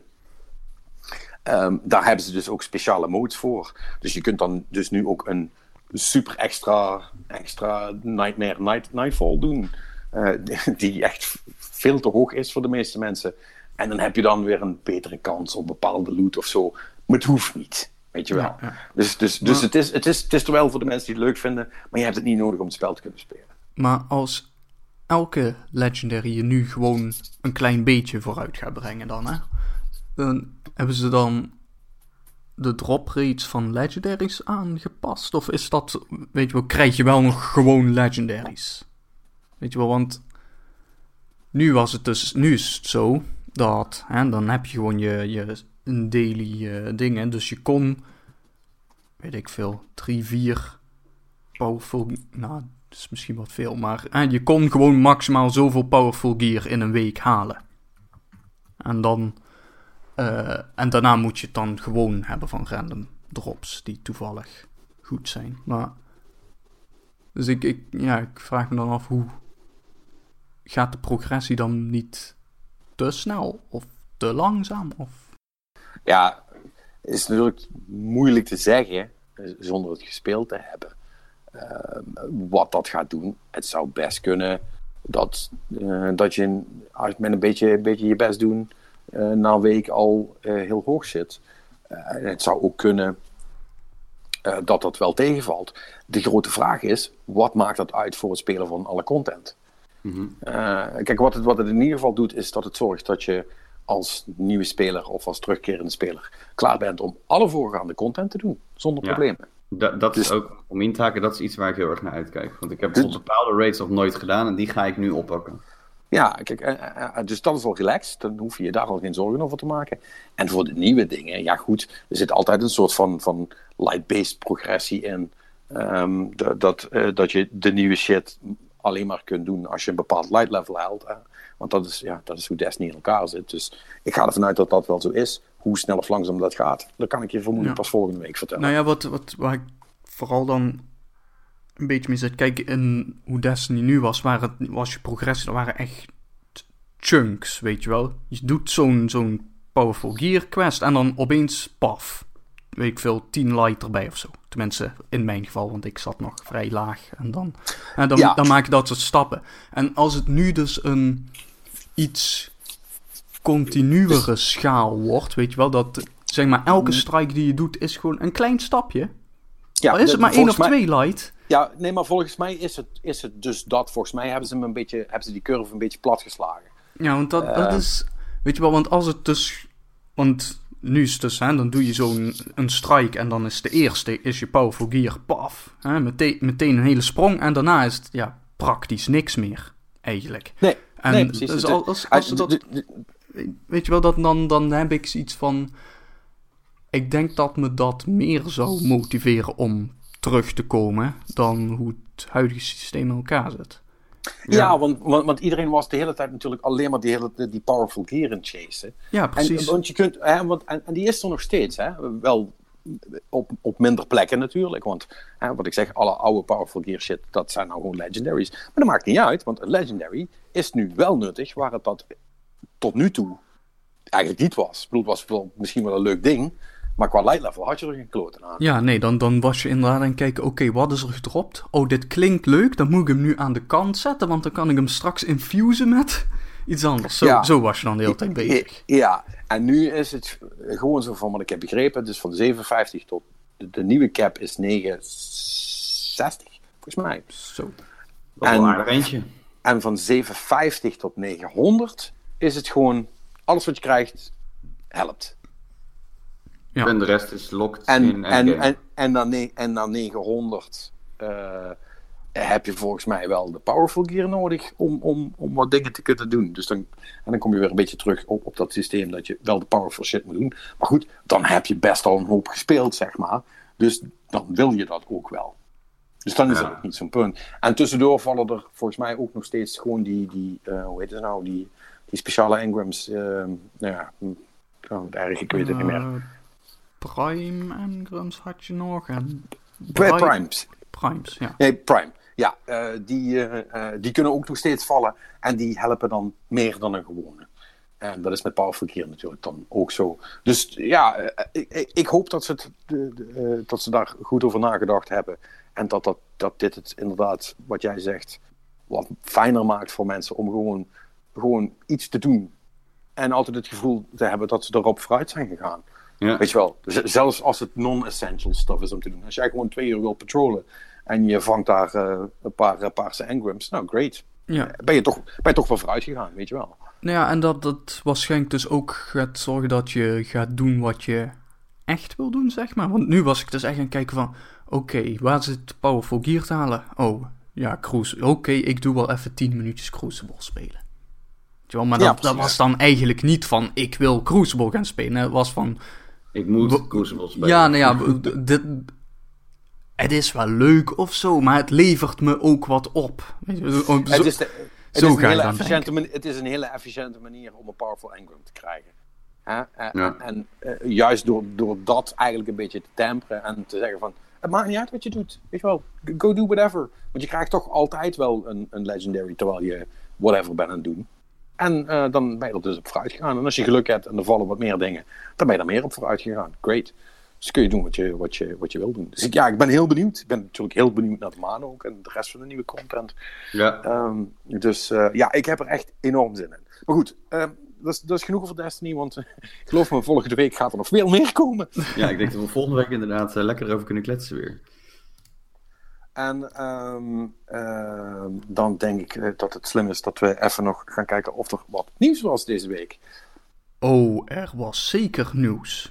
Um, daar hebben ze dus ook speciale modes voor. Dus je kunt dan dus nu ook een super extra, extra Nightmare Night, Nightfall doen. Uh, die echt veel te hoog is voor de meeste mensen. En dan heb je dan weer een betere kans op bepaalde loot of zo. Maar het hoeft niet. Weet je wel. Ja, ja. Dus, dus, dus maar, het, is, het, is, het is er wel voor de mensen die het leuk vinden. Maar je hebt het niet nodig om het spel te kunnen spelen. Maar als elke Legendary je nu gewoon een klein beetje vooruit gaat brengen dan, hè? Dan hebben ze dan de drop rates van Legendaries aangepast? Of is dat, weet je wel, krijg je wel nog gewoon Legendaries? Weet je wel, want nu was het dus, nu is het zo dat, hè, dan heb je gewoon je, je een daily uh, dingen. Dus je kon, weet ik veel, drie, vier powerful, nou, dat is misschien wat veel, maar hè, je kon gewoon maximaal zoveel powerful gear in een week halen. En dan Uh, en daarna moet je het dan gewoon hebben van random drops die toevallig goed zijn. Maar dus ik, ik, ja, ik vraag me dan af, hoe gaat de progressie dan niet te snel of te langzaam? Of? Ja, het is natuurlijk moeilijk te zeggen zonder het gespeeld te hebben. Uh, wat dat gaat doen. Het zou best kunnen dat, uh, dat je met een beetje, een beetje je best doen Uh, na een week al uh, heel hoog zit. Uh, het zou ook kunnen uh, dat dat wel tegenvalt. De grote vraag is, wat maakt dat uit voor het spelen van alle content? Mm-hmm. Uh, kijk, wat het, wat het in ieder geval doet, is dat het zorgt dat je als nieuwe speler of als terugkerende speler klaar bent om alle voorgaande content te doen, zonder ja. problemen. Da- dat dus, is ook, om in te haken, dat is iets waar ik heel erg naar uitkijk. Want ik heb bijvoorbeeld bepaalde raids nog nooit gedaan en die ga ik nu oppakken. Ja, kijk, uh, uh, dus dat is al relaxed. Dan hoef je je daar al geen zorgen over te maken. En voor de nieuwe dingen, ja goed, er zit altijd een soort van, van light-based progressie in. Um, de, dat, uh, dat je de nieuwe shit alleen maar kunt doen als je een bepaald light level haalt. Uh, want dat is, ja, dat is hoe Destiny in elkaar zit. Dus ik ga ervan uit dat dat wel zo is. Hoe snel of langzaam dat gaat, dat kan ik je vermoedelijk ja. pas volgende week vertellen. Nou ja, wat, wat, waar ik vooral dan een beetje mee zit. Kijk, in hoe Destiny nu was, waren, was je progressie, er waren echt chunks, weet je wel. Je doet zo'n, zo'n powerful gear quest en dan opeens, paf, weet ik veel, tien light erbij of zo. Tenminste, in mijn geval, want ik zat nog vrij laag. En dan, en dan, ja. dan maak je dat soort stappen. En als het nu dus een iets continuere schaal wordt, weet je wel, dat zeg maar elke strike die je doet is gewoon een klein stapje. Ja, al is het maar één of mij... twee light. Ja, nee, maar volgens mij is het, is het dus dat. Volgens mij hebben ze hem een beetje, hebben ze die curve een beetje platgeslagen. Ja, want dat, uh, dat is, weet je wel, want als het dus, want nu is het dus, hè, dan doe je zo'n een strike en dan is de eerste, is je powerful gear, paf. Hè, meteen, meteen een hele sprong en daarna is het, ja, praktisch niks meer, eigenlijk. Nee, en nee precies. Dus De- als, als, als ze de- dat, de- de- weet je wel, dat, dan, dan heb ik zoiets van, ik denk dat me dat meer zou motiveren om terug te komen dan hoe het huidige systeem in elkaar zit. Ja, Ja. want, want, want iedereen was de hele tijd natuurlijk alleen maar die, hele, die powerful gear in chasen. Ja, En, precies. want je kunt, hè, want, en, en die is er nog steeds, hè? Wel op, op minder plekken natuurlijk. Want hè, wat ik zeg, alle oude powerful gear shit, dat zijn nou gewoon legendaries. Maar dat maakt niet uit, want een legendary is nu wel nuttig, waar het dat tot nu toe eigenlijk niet was. Ik bedoel, het was wel, misschien wel een leuk ding, maar qua light level had je er geen kloten aan. Ja, nee, dan, dan was je inderdaad aan het kijken, oké, wat is er gedropt? Oh, dit klinkt leuk, dan moet ik hem nu aan de kant zetten, want dan kan ik hem straks infusen met iets anders. Zo, Ja. zo was je dan de hele tijd bezig. Ja, en nu is het gewoon zo van wat ik heb begrepen. Dus van zevenenvijftig tot de, de nieuwe cap is negenenzestig, volgens mij. Zo. Dat is En- wel aardig eentje. En van zevenenvijftig tot negenhonderd is het gewoon alles wat je krijgt helpt. Ja. En de rest is locked En, in en, endgame. en, en, dan, ne- en dan negenhonderd eh, heb je volgens mij wel de powerful gear nodig om, om, om wat dingen te kunnen doen. Dus dan, en dan kom je weer een beetje terug op, op dat systeem dat je wel de powerful shit moet doen. Maar goed, dan heb je best al een hoop gespeeld, zeg maar. Dus dan wil je dat ook wel. Dus dan is Ja. dat ook niet zo'n punt. En tussendoor vallen er volgens mij ook nog steeds gewoon die, die uh, hoe heet het nou, die, die speciale engrams. Uh, nou ja, hm, oh, wat erg, ik weet het niet meer. Uh, Prime engrams had je nog. En Pri- Primes. Primes, ja. Nee, Prime. Ja, uh, die, uh, uh, die kunnen ook nog steeds vallen. En die helpen dan meer dan een gewone. En dat is met powerful gear natuurlijk dan ook zo. Dus ja, uh, ik, ik hoop dat ze, het, de, de, uh, dat ze daar goed over nagedacht hebben. En dat, dat, dat dit het inderdaad, wat jij zegt, wat fijner maakt voor mensen om gewoon, gewoon iets te doen. En altijd het gevoel te hebben dat ze erop vooruit zijn gegaan. Ja. Weet je wel, z- zelfs als het non-essential stuff is om te doen. Als jij gewoon twee uur wil patrollen en je vangt daar uh, een paar uh, paarse engrams, nou great. Ja. Ben je toch, ben je toch wel vooruit gegaan, weet je wel. Nou ja, en dat dat waarschijnlijk dus ook gaat zorgen dat je gaat doen wat je echt wil doen, zeg maar. Want nu was ik dus echt aan het kijken van, oké, okay, waar zit powerful gear te halen? Oh, ja, Crucible. Oké, okay, ik doe wel even tien minuutjes Crucible spelen. Weet je wel, maar Ja, dat, dat was dan eigenlijk niet van, ik wil Crucible gaan spelen. Het was van... Ik moet w- Crucible spelen. Ja, nou ja, d- dit... Het is wel leuk of zo, maar het levert me ook wat op. Weet je, zo, Het is, de, het, zo is een ga je hele dan efficiënte mani- het is een hele efficiënte manier om een powerful engram te krijgen. Hè? En, Ja. en uh, juist door, door dat eigenlijk een beetje te temperen en te zeggen van, het maakt niet uit wat je doet. Weet je wel, go do whatever. Want je krijgt toch altijd wel een, een legendary terwijl je whatever bent aan het doen. En uh, dan ben je er dus op vooruit gegaan. En als je geluk hebt en er vallen wat meer dingen, dan ben je er meer op vooruit gegaan. Great. Dus kun je doen wat je, wat je, wat je wil doen. Dus ik, ja, ik ben heel benieuwd. Ik ben natuurlijk heel benieuwd naar de maan ook en de rest van de nieuwe content. Ja. Um, dus uh, ja, ik heb er echt enorm zin in. Maar goed, uh, dat, is, dat is genoeg over Destiny, want uh, geloof me, volgende week gaat er nog veel meer komen. ja, ik denk dat we volgende week inderdaad uh, lekker erover kunnen kletsen weer. En um, uh, dan denk ik uh, dat het slim is dat we even nog gaan kijken of er wat nieuws was deze week. Oh, er was zeker nieuws.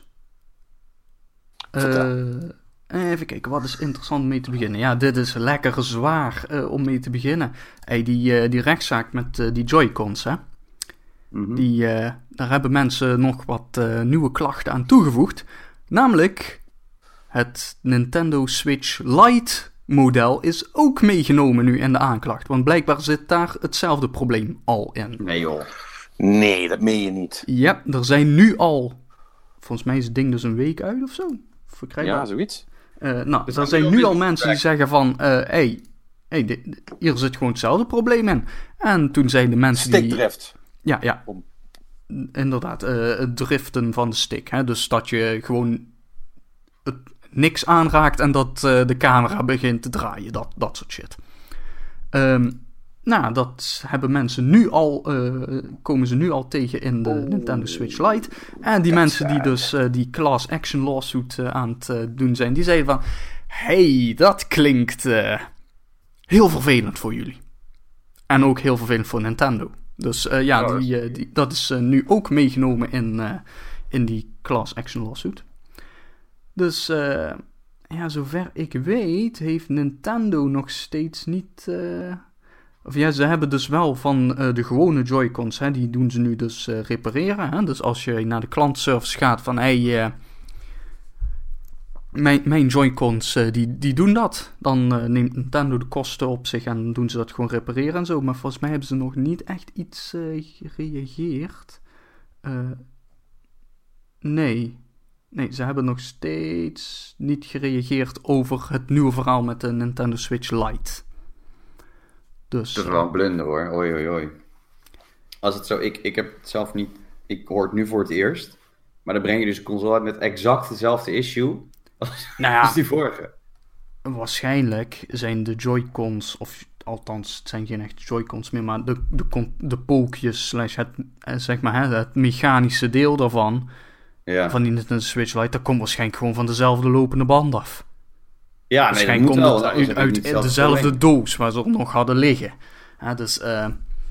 Uh, even kijken, wat is interessant om mee te beginnen? Ja, dit is lekker zwaar uh, om mee te beginnen. Hey, die, uh, die rechtszaak met uh, die Joy-Cons, hè? Mm-hmm. Die, uh, daar hebben mensen nog wat uh, nieuwe klachten aan toegevoegd. Namelijk, het Nintendo Switch Lite model is ook meegenomen nu in de aanklacht. Want blijkbaar zit daar hetzelfde probleem al in. Nee joh. Nee, dat meen je niet. Ja, er zijn nu al... Volgens mij is het ding dus een week uit of zo. Ja, zoiets. Uh, nou, dus er zijn nu al mensen die zeggen van... Hé, uh, hey, hey, dit, hier zit gewoon hetzelfde probleem in. En toen zeiden de mensen die... Stickdrift. Ja, ja. Inderdaad, uh, het driften van de stick. Hè? Dus dat je gewoon het, niks aanraakt en dat uh, de camera begint te draaien. Dat, dat soort shit. Um, nou, dat hebben mensen nu al... Uh, komen ze nu al tegen in de oh. Nintendo Switch Lite. En die mensen die dus uh, die class action lawsuit uh, aan het uh, doen zijn... die zeiden van... Hey, dat klinkt uh, heel vervelend voor jullie. En ook heel vervelend voor Nintendo. Dus uh, ja, oh, die, uh, die, dat is uh, nu ook meegenomen in, uh, in die class action lawsuit. Dus uh, ja, zover ik weet heeft Nintendo nog steeds niet... Uh, of ja, ze hebben dus wel van uh, de gewone Joy-Cons, hè, die doen ze nu dus uh, repareren. Hè? Dus als je naar de klantservice gaat van... Hey, uh, mijn, mijn Joy-Cons, uh, die, die doen dat. Dan uh, neemt Nintendo de kosten op zich en doen ze dat gewoon repareren en zo. Maar volgens mij hebben ze nog niet echt iets uh, gereageerd. Uh, nee... Nee, ze hebben nog steeds niet gereageerd over het nieuwe verhaal met de Nintendo Switch Lite. Dus, dat is wel een blunder hoor, oei oei oei. Als het zo, ik, ik heb het zelf niet, ik hoor het nu voor het eerst. Maar dan breng je dus een console uit met exact dezelfde issue als, nou ja, als die vorige. Waarschijnlijk zijn de Joy-Cons, of althans het zijn geen echte Joy-Cons meer, maar de, de, de pookjes slash het, zeg maar, het mechanische deel daarvan... Ja. Van die Nintendo Switch Lite, dat komt waarschijnlijk gewoon van dezelfde lopende band af. Ja, waarschijnlijk nee, komt wel, het uit, uit dezelfde probleem. doos waar ze er nog hadden liggen. Ja, dus uh,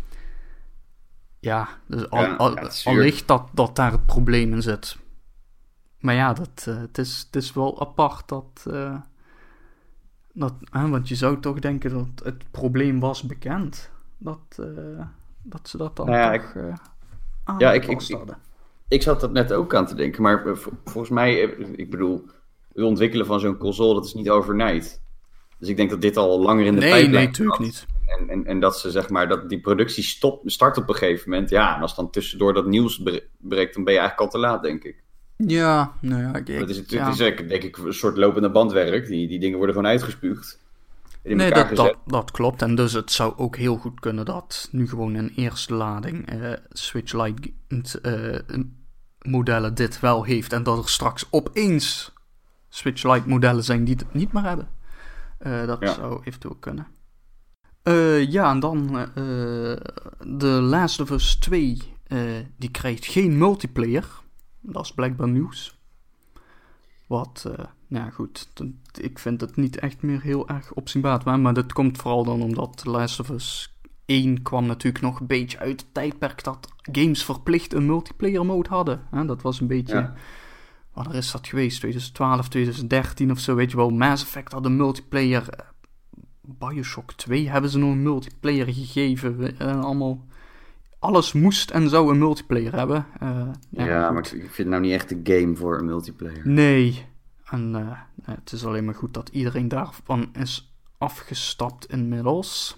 ja, dus al, ja, al, ja, allicht dat, dat daar het probleem in zit. Maar ja, dat, uh, het, is, het is wel apart dat, uh, dat uh, want je zou toch denken dat het probleem was bekend. Dat, uh, dat ze dat dan nou ja, toch ik, uh, ja, ik, ik, hadden. Ik zat er net ook aan te denken, maar volgens mij, ik bedoel, het ontwikkelen van zo'n console, dat is niet overnight. Dus ik denk dat dit al langer in de nee, pijplijn Nee, natuurlijk niet. En, en, en dat ze, zeg maar, dat die productie stop, start op een gegeven moment. Ja, en als dan tussendoor dat nieuws breekt, dan ben je eigenlijk al te laat, denk ik. Ja, nou ja. Ik, dat is, het, ja. het is denk ik een soort lopende bandwerk. Die, die dingen worden gewoon uitgespuugd. Nee, dat, dat, dat klopt. En dus het zou ook heel goed kunnen dat nu gewoon een eerste lading uh, Switch Lite uh, modellen dit wel heeft. En dat er straks opeens Switch Lite modellen zijn die het niet meer hebben. Uh, dat ja. zou eventueel kunnen. Uh, ja, en dan uh, The Last of Us twee. Uh, die krijgt geen multiplayer. Dat is blijkbaar nieuws. Wat, uh, nou ja, goed. T- ik vind het niet echt meer heel erg opzienbaar. Maar, maar dat komt vooral dan omdat The Last of Us één kwam natuurlijk nog een beetje uit het tijdperk dat games verplicht een multiplayer mode hadden. Hè? Dat was een beetje... Ja. Wanneer is dat geweest? twintig twaalf, twintig dertien of zo, weet je wel. Mass Effect had een multiplayer. Bioshock twee hebben ze nog een multiplayer gegeven. En allemaal... Alles moest en zou een multiplayer hebben. Uh, ja, ja maar ik vind het nou niet echt een game voor een multiplayer. Nee. En uh, het is alleen maar goed dat iedereen daarvan is afgestapt inmiddels.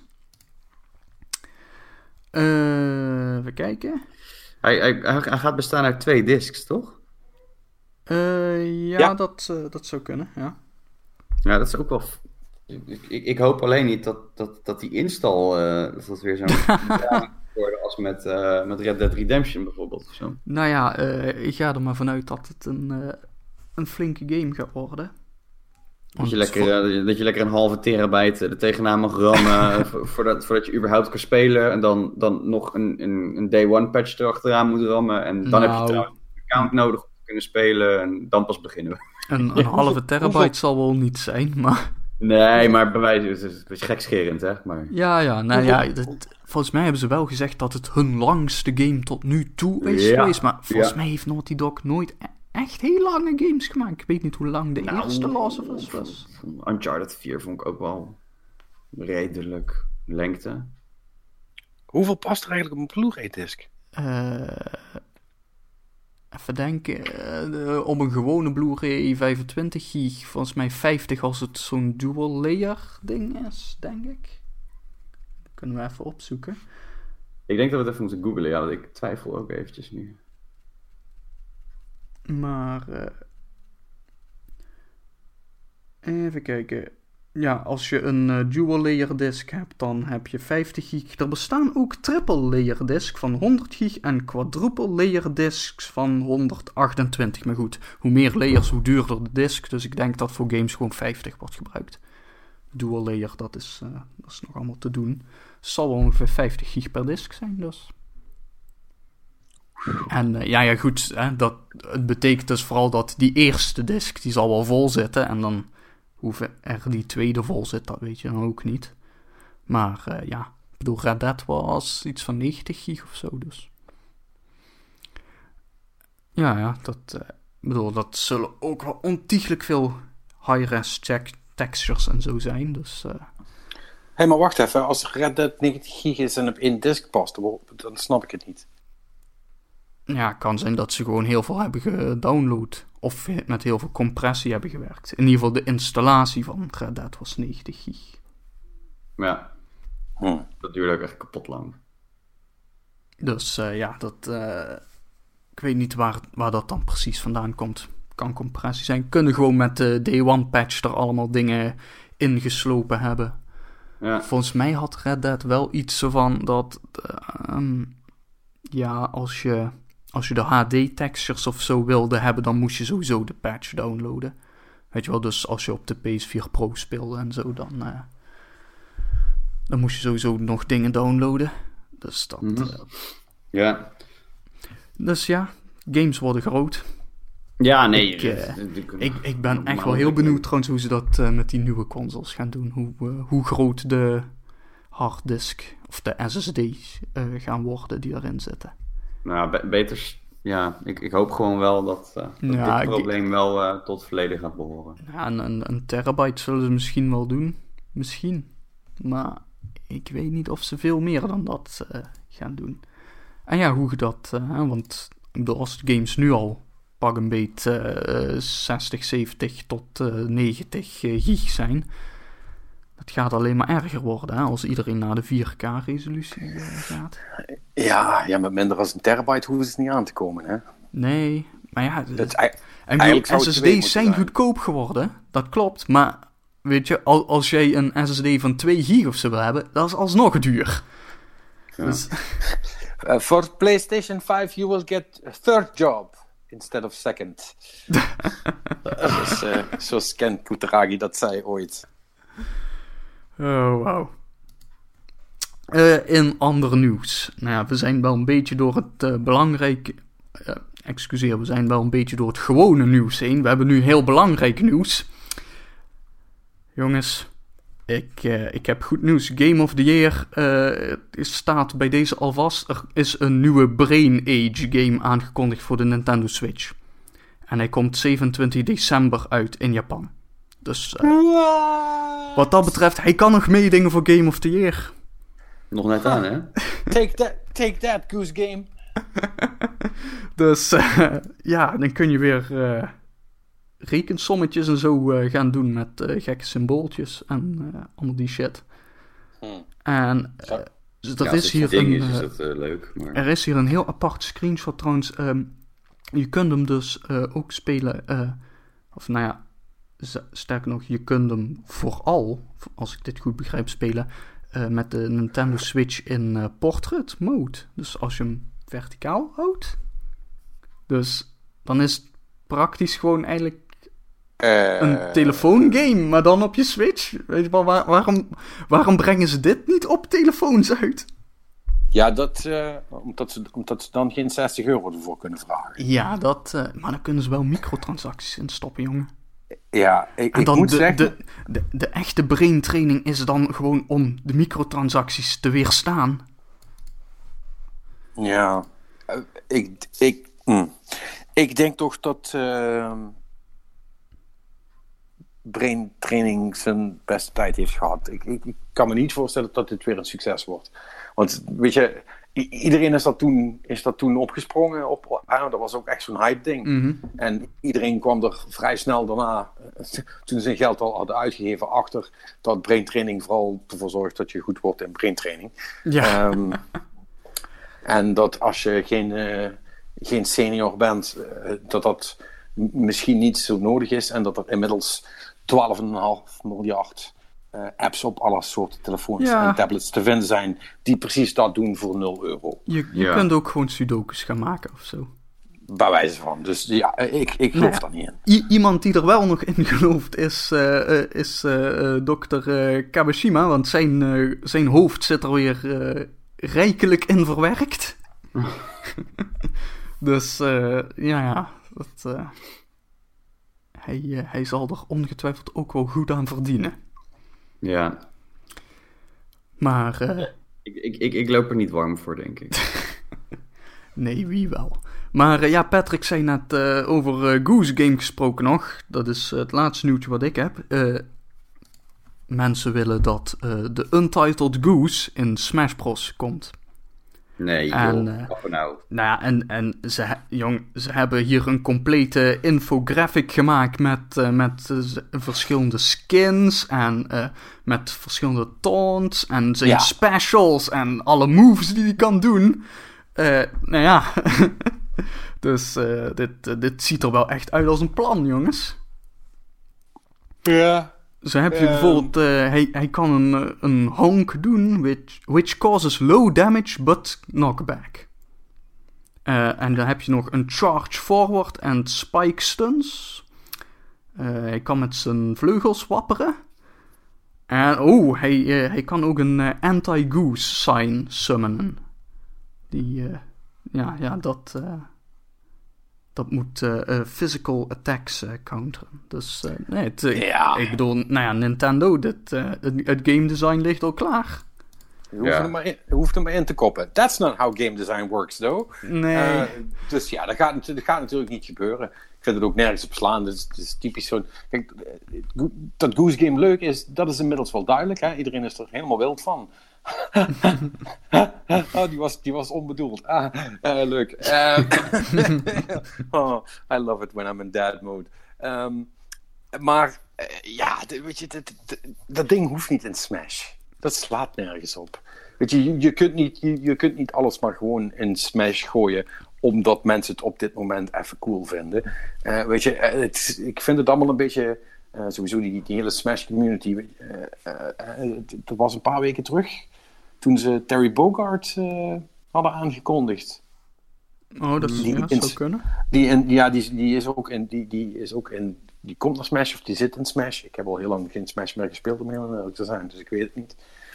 Uh, even kijken. Hij, hij, hij gaat bestaan uit twee discs, toch? Uh, ja, ja. Dat, uh, dat zou kunnen, ja. Ja, dat is ook wel... Ik, ik, ik hoop alleen niet dat, dat, dat die install... Uh, dat dat weer zo'n... worden als met, uh, met Red Dead Redemption bijvoorbeeld. Of zo. Nou ja, uh, ik ga er maar vanuit dat het een, uh, een flinke game gaat worden. Dat je, lekker, voor... uh, dat je lekker een halve terabyte er tegenaan mag rammen voordat, voordat je überhaupt kan spelen. En dan, dan nog een, een, een day one patch erachteraan moet rammen. En dan nou... heb je trouwens een account nodig om te kunnen spelen. En dan pas beginnen we. Een, een halve terabyte zal wel niet zijn, maar... Nee, maar bij wijze is het een beetje gekscherend, hè. Maar... Ja, ja, nou ja, dat, volgens mij hebben ze wel gezegd dat het hun langste game tot nu toe is ja, geweest. Maar volgens ja. mij heeft Naughty Dog nooit echt heel lange games gemaakt. Ik weet niet hoe lang de nou, eerste Last of Us was. Uncharted vier vond ik ook wel redelijk lengte. Hoeveel past er eigenlijk op een Blu-ray disc? Uh, even denken. Uh, de, op een gewone Blu-ray vijfentwintig gig. Volgens mij vijftig als het zo'n dual layer ding is, denk ik. Dat kunnen we even opzoeken. Ik denk dat we het even moeten googlen. Ja, want ik twijfel ook eventjes nu. Maar... Uh, even kijken. Ja, als je een uh, dual layer disk hebt, dan heb je vijftig gig. Er bestaan ook triple layer disk van honderd gig en quadruple layer disks van honderdachtentwintig. Maar goed, hoe meer layers, hoe duurder de disk. Dus ik denk dat voor games gewoon vijftig wordt gebruikt. Dual layer, dat is, uh, dat is nog allemaal te doen. Het zal wel ongeveer vijftig gig per disk zijn, dus. En uh, ja, ja, goed, hè, dat, het betekent dus vooral dat die eerste disk, die zal wel vol zitten. En dan hoeveel er die tweede vol zit, dat weet je dan ook niet. Maar uh, ja, ik bedoel, Red Dead was iets van negentig gig of zo, dus. Ja, ja, dat, uh, bedoel, dat zullen ook wel ontiegelijk veel high-res check textures en zo zijn, dus... Uh... Hé, hey, maar wacht even, als Red Dead negentig gig is en op één disk past, dan snap ik het niet. Ja, het kan zijn dat ze gewoon heel veel hebben gedownload. Of met heel veel compressie hebben gewerkt. In ieder geval de installatie van Red Dead was negentig gig. Ja, hm. Dat duurde ook echt kapot lang. Dus uh, ja, dat... Uh, ik weet niet waar, waar dat dan precies vandaan komt. Kan compressie zijn. Kunnen gewoon met de Day One patch er allemaal dingen ingeslopen hebben. Ja. Volgens mij had Red Dead wel iets zo van dat... Uh, um, ja, als je... Als je de H D-textures of zo wilde hebben, dan moest je sowieso de patch downloaden. Weet je wel, dus als je op de P S vier Pro speelde en zo, dan, uh, dan moest je sowieso nog dingen downloaden. Dus dat... Mm-hmm. Uh, ja. Dus ja, games worden groot. Ja, nee. Ik, uh, ik, ik ben echt wel heel benieuwd trouwens hoe ze dat uh, met die nieuwe consoles gaan doen. Hoe, uh, hoe groot de harddisk of de S S D's uh, gaan worden die erin zitten. Nou, be- beter... Ja, ik, ik hoop gewoon wel dat, uh, dat ja, dit probleem ik... wel uh, tot verleden gaat behoren. Ja, een, een, een terabyte zullen ze misschien wel doen. Misschien. Maar ik weet niet of ze veel meer dan dat uh, gaan doen. En ja, hoe dat... Uh, want als de games nu al pak een beet uh, zestig, zeventig tot uh, negentig uh, gig zijn... Het gaat alleen maar erger worden, hè, als iedereen naar de vier K resolutie uh, gaat. Ja, ja, met minder dan een terabyte hoeven ze niet aan te komen, hè? Nee, maar ja... Het, en bedoel, S S D's zijn goedkoop geworden, dat klopt. Maar weet je, als jij een S S D van twee gig of zo wil hebben, dat is alsnog duur. Ja. Dus... uh, for PlayStation vijf, you will get a third job instead of second. Dus, uh, zoals Ken Kutaragi dat zei ooit. Oh, wauw. Uh, in ander nieuws. Nou ja, we zijn wel een beetje door het uh, belangrijke... Uh, excuseer, we zijn wel een beetje door het gewone nieuws heen. We hebben nu heel belangrijk nieuws. Jongens, ik, uh, ik heb goed nieuws. Game of the Year uh, staat bij deze alvast. Er is een nieuwe Brain Age game aangekondigd voor de Nintendo Switch. En hij komt zevenentwintig december uit in Japan. Dus uh, wat dat betreft, hij kan nog meedingen voor Game of the Year. Nog net aan, hè? Take that, take that, Goose Game. Dus uh, ja, dan kun je weer uh, rekensommetjes en zo uh, gaan doen met uh, gekke symbooltjes en uh, allemaal die shit. Hmm. En uh, dus dat ja, is hier een... Is, uh, is dat, uh, leuk, maar... Er is hier een heel apart screenshot trouwens. Um, je kunt hem dus uh, ook spelen, uh, of nou ja, sterker nog, je kunt hem vooral, als ik dit goed begrijp, spelen uh, met de Nintendo Switch in uh, portrait mode. Dus als je hem verticaal houdt. Dus dan is het praktisch gewoon eigenlijk uh... een telefoongame, maar dan op je Switch. Weet je wel, waar, waarom, waarom brengen ze dit niet op telefoons uit? Ja, dat, uh, omdat, ze, omdat ze dan geen zestig euro ervoor kunnen vragen. Ja, dat, uh, maar dan kunnen ze wel microtransacties in stoppen, jongen. Ja, ik, en dan ik moet de, zeggen... De, de, de echte brain training is dan gewoon om de microtransacties te weerstaan. Ja, uh, ik, ik, mm. ik denk toch dat uh, brain training zijn beste tijd heeft gehad. Ik, ik, ik kan me niet voorstellen dat dit weer een succes wordt. Want weet je, i- iedereen is dat toen, is dat toen opgesprongen. Op, ah, dat was ook echt zo'n hype ding. Mm-hmm. En iedereen kwam er vrij snel daarna, toen ze zijn geld al hadden uitgegeven, achter dat brain training vooral ervoor zorgt dat je goed wordt in brain training. Ja. Um, en dat als je geen, uh, geen senior bent, uh, dat dat m- misschien niet zo nodig is. En dat er inmiddels twaalf komma vijf miljard uh, apps op alle soorten telefoons ja. en tablets te vinden zijn die precies dat doen voor nul euro. Je, je ja. kunt ook gewoon sudokus gaan maken of zo. Bij wijze van. Dus ja, ik, ik geloof nou, daar niet in. I- iemand die er wel nog in gelooft is, uh, uh, is uh, uh, dokter uh, Kawashima, want zijn, uh, zijn hoofd zit er weer uh, rijkelijk in verwerkt. Dus uh, ja, ja, dat, uh, hij, uh, hij zal er ongetwijfeld ook wel goed aan verdienen. Ja. Maar... Uh, ik, ik, ik, ik loop er niet warm voor, denk ik. Nee, wie wel. Maar uh, ja, Patrick zei net uh, over uh, Goose Game gesproken nog. Dat is uh, het laatste nieuwtje wat ik heb. Uh, mensen willen dat uh, de Untitled Goose in Smash Bros. Komt. Nee, en, joh. uh, Wat nou? Nou ja, en, en ze, jong, ze hebben hier een complete infographic gemaakt met, uh, met uh, verschillende skins en uh, met verschillende taunts en zijn Ja. specials en alle moves die hij kan doen. Uh, nou ja, dus uh, dit, uh, dit ziet er wel echt uit als een plan, jongens. Ja. Zo heb je Um. bijvoorbeeld, uh, hij, hij kan een, een honk doen, which, which causes low damage but knockback. Uh, en dan heb je nog een charge forward en spike stunts. Uh, hij kan met zijn vleugels wapperen. En oh, hij, uh, hij kan ook een uh, anti-goose sign summonen. Die, uh, ja, ja, dat... Uh, Dat moet uh, uh, physical attacks uh, counteren. Dus uh, nee, het, uh, Ja. ik, ik bedoel, nou ja, Nintendo, dit, uh, het, het game design ligt al klaar. Je hoeft, Ja. er maar in, je hoeft er maar in te koppen. That's not how game design works, though. Nee. Uh, dus ja, dat gaat, natu- dat gaat natuurlijk niet gebeuren. Ik vind het ook nergens op slaan. Dus het is typisch zo'n... Kijk, uh, dat Goose Game leuk is, dat is inmiddels wel duidelijk. Hè? Iedereen is er helemaal wild van. oh, die was, die was onbedoeld. Ah, uh, leuk. Um, oh, I love it when I'm in dad mode. Um, maar uh, ja, de- weet je, dat, dat, dat ding hoeft niet in Smash. Dat slaat nergens op. Weet je, je, je, kunt niet, je, je kunt niet alles maar gewoon in Smash gooien, omdat mensen het op dit moment even cool vinden. Uh, weet je, uh, het, ik vind het allemaal een beetje... Uh, sowieso die, die hele Smash community. Uh, uh, uh, dat was een paar weken terug, toen ze Terry Bogard uh, hadden aangekondigd. Oh, dat, Die- ja, dat die- zou kunnen. Die, in, ja, die, die is ook in... Die, die is ook in die komt naar Smash of die zit in Smash. Ik heb al heel lang geen Smash meer gespeeld om heel eerlijk te zijn, dus ik weet het niet.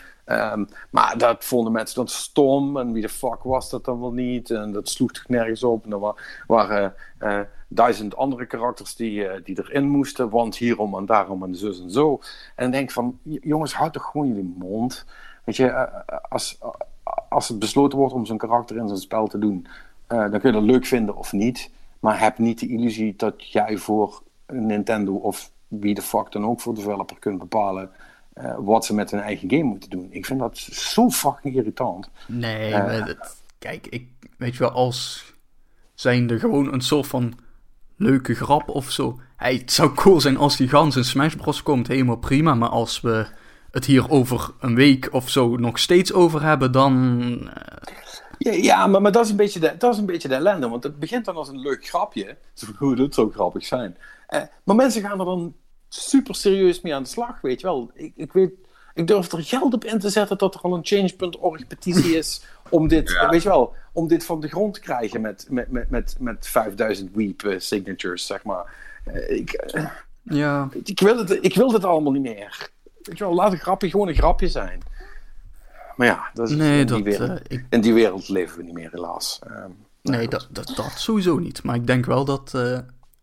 Um, maar dat vonden mensen dan stom en wie de fuck was dat dan wel niet en dat sloeg toch nergens op. En er wa- waren uh, duizend andere karakters die, uh, die erin moesten, want hierom en daarom en zus en zo. En dan denk ik van, j- jongens, houd toch gewoon jullie mond. Weet je, uh, als, uh, als het besloten wordt om zo'n karakter in zo'n spel te doen, uh, dan kun je dat leuk vinden of niet, maar heb niet de illusie dat jij voor Nintendo of wie de fuck dan ook voor developer kunt bepalen Uh, wat ze met hun eigen game moeten doen. Ik vind dat zo fucking irritant. Nee, Uh, maar dat, kijk, ik, weet je wel, als zijnde gewoon een soort van leuke grap of zo. Hey, het zou cool zijn als die gans in Smash Bros. Komt, helemaal prima. Maar als we het hier over een week of zo nog steeds over hebben, dan... Uh... Ja, ja maar, maar dat, is een beetje de, dat is een beetje de ellende. Want het begint dan als een leuk grapje. Zo, hoe dat zou grappig zijn. Uh, maar mensen gaan er dan super serieus mee aan de slag, weet je wel. Ik, ik, weet, ik durf er geld op in te zetten dat er al een change punt org petitie is om dit, Ja. weet je wel, om dit van de grond te krijgen met, met, met, met, met vijfduizend weep uh, signatures, zeg maar. Uh, ik, uh, Ja. ik, wil het, ik wil dit allemaal niet meer. Weet je wel, laat een grapje gewoon een grapje zijn. Maar ja, dat is, Nee, in, die dat, wereld, uh, ik, in die wereld leven we niet meer, helaas. Um, nee dat, dat, dat sowieso niet. Maar ik denk wel dat... Uh...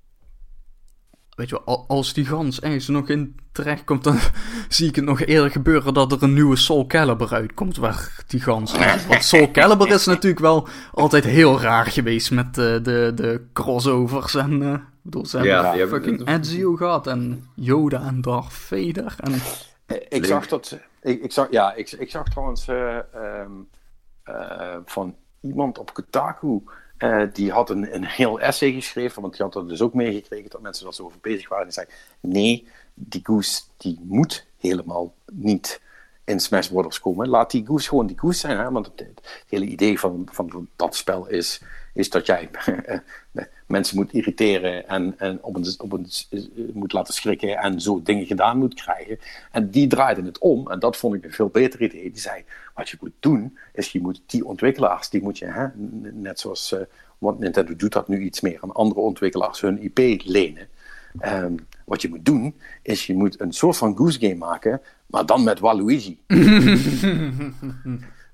Weet je wel, al- als die gans ergens nog in terecht komt, dan zie ik het nog eerder gebeuren dat er een nieuwe Soul Calibur uitkomt waar die gans is. Want Soul Calibur is natuurlijk wel altijd heel raar geweest met de, de, de crossovers en... Uh, ik bedoel, ze Ja, hebben die hebben- fucking Ezio gehad en Yoda en Darth Vader en... Ik zag dat. Ik, ik zag, ja, ik, ik zag trouwens uh, um, uh, van iemand op Kotaku. Uh, die had een, een heel essay geschreven, want die had er dus ook meegekregen dat mensen er zo over bezig waren. Die zei: nee, die Goose die moet helemaal niet in Smash Bros. Komen. Laat die Goose gewoon die Goose zijn. Hè? Want het, het hele idee van, van dat spel is, is dat jij mensen moet irriteren en, en op een, op een, moet laten schrikken en zo dingen gedaan moet krijgen. En die draaide het om en dat vond ik een veel beter idee. Die zei, wat je moet doen, is je moet die ontwikkelaars, die moet je, hè, net zoals, uh, want Nintendo doet dat nu iets meer, aan andere ontwikkelaars hun I P lenen. Um, wat je moet doen, is je moet een soort van Goose Game maken, maar dan met Waluigi.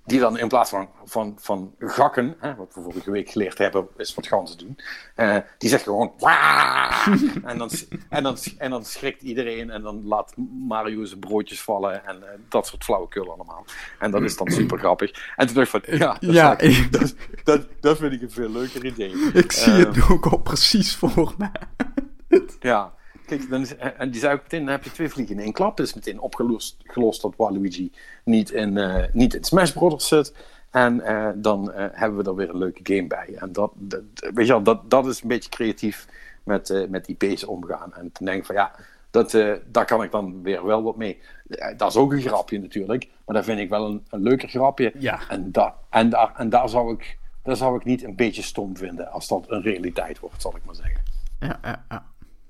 die dan in plaats van, van, van gakken, hè, wat we vorige week geleerd hebben, is wat ganzen doen. Uh, die zegt gewoon en, dan, en, dan, en dan schrikt iedereen en dan laat Mario zijn broodjes vallen en uh, dat soort flauwekul allemaal. En dat is dan super grappig. En toen dacht ik van, ja, dat, ja, ik, ik... dat, dat, dat vind ik een veel leuker idee. Ik zie uh, het ook al precies voor me. Ja. Kijk, dan is, en die zei ook meteen, dan heb je twee vliegen in één klap. Het is meteen opgelost gelost dat Waluigi niet in, uh, niet in Smash Brothers zit. En uh, dan uh, hebben we er weer een leuke game bij. En dat, dat, weet je wel, dat, dat is een beetje creatief met, uh, met I P's omgaan. En te denken van ja, dat, uh, daar kan ik dan weer wel wat mee. Uh, dat is ook een grapje natuurlijk. Maar dat vind ik wel een, een leuker grapje. Ja. En, da, en, daar, en daar, zou ik, daar zou ik niet een beetje stom vinden als dat een realiteit wordt, zal ik maar zeggen. Ja, ja, ja.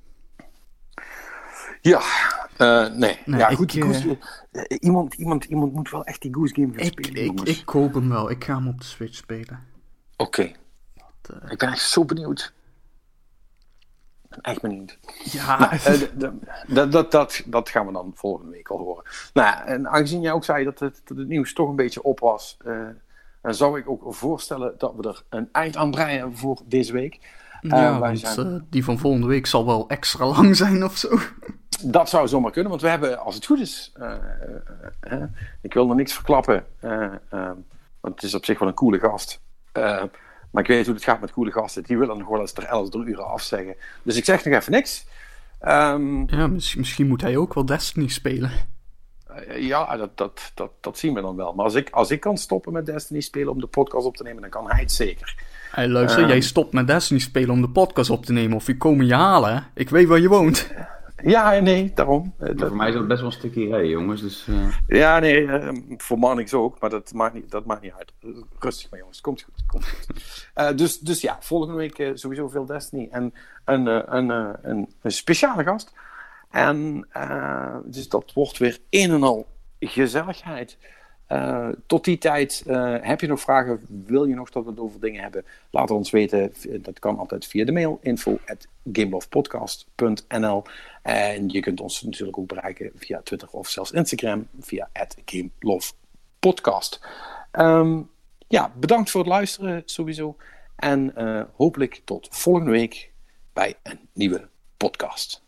Ja, uh, nee. nee. Ja, ik, goed. Die Goose, uh, iemand, iemand, iemand moet wel echt die Goose Game gaan ik, spelen, ik, jongens. ik koop hem wel. Ik ga hem op de Switch spelen. Oké. Okay. Uh... Ik ben echt zo benieuwd. Ik ben echt benieuwd. Ja. Nou, uh, d- d- d- dat, dat, dat gaan we dan volgende week al horen. Nou, en aangezien jij ook zei dat het, dat het nieuws toch een beetje op was, uh, dan zou ik ook voorstellen dat we er een eind aan breien voor deze week. Uh, ja, want zijn... uh, die van volgende week zal wel extra lang zijn of zo. Dat zou zomaar kunnen, want we hebben, als het goed is, uh, uh, uh, ik wil er niks verklappen, uh, uh, want het is op zich wel een coole gast. Uh, maar ik weet hoe het gaat met coole gasten, die willen nog wel eens er elf uren afzeggen. Dus ik zeg nog even niks. Um, ja, misschien, misschien moet hij ook wel Destiny spelen. Uh, ja, dat, dat, dat, dat zien we dan wel. Maar als ik, als ik kan stoppen met Destiny spelen om de podcast op te nemen, dan kan hij het zeker. Hey, luister, uh, jij stopt met Destiny spelen om de podcast op te nemen. Of we komen je halen, hè? Ik weet waar je woont. Ja, nee, daarom. Uh, dat... Voor mij is dat best wel een stukje rijden, jongens. Dus, uh... Ja, nee, uh, voor Marnix ook. Maar dat maakt niet, dat maakt niet uit. Rustig maar, jongens. Komt goed. Komt goed. Uh, dus, dus ja, volgende week uh, sowieso veel Destiny. En een, uh, een, uh, een, een speciale gast. En uh, dus dat wordt weer een en al gezelligheid. Uh, tot die tijd, uh, heb je nog vragen? Wil je nog dat we het over dingen hebben? Laat het ons weten. Dat kan altijd via de mail info at gamelovepodcast punt n l. En je kunt ons natuurlijk ook bereiken via Twitter of zelfs Instagram via at gamelovepodcast. Um, ja, bedankt voor het luisteren sowieso. En uh, hopelijk tot volgende week bij een nieuwe podcast.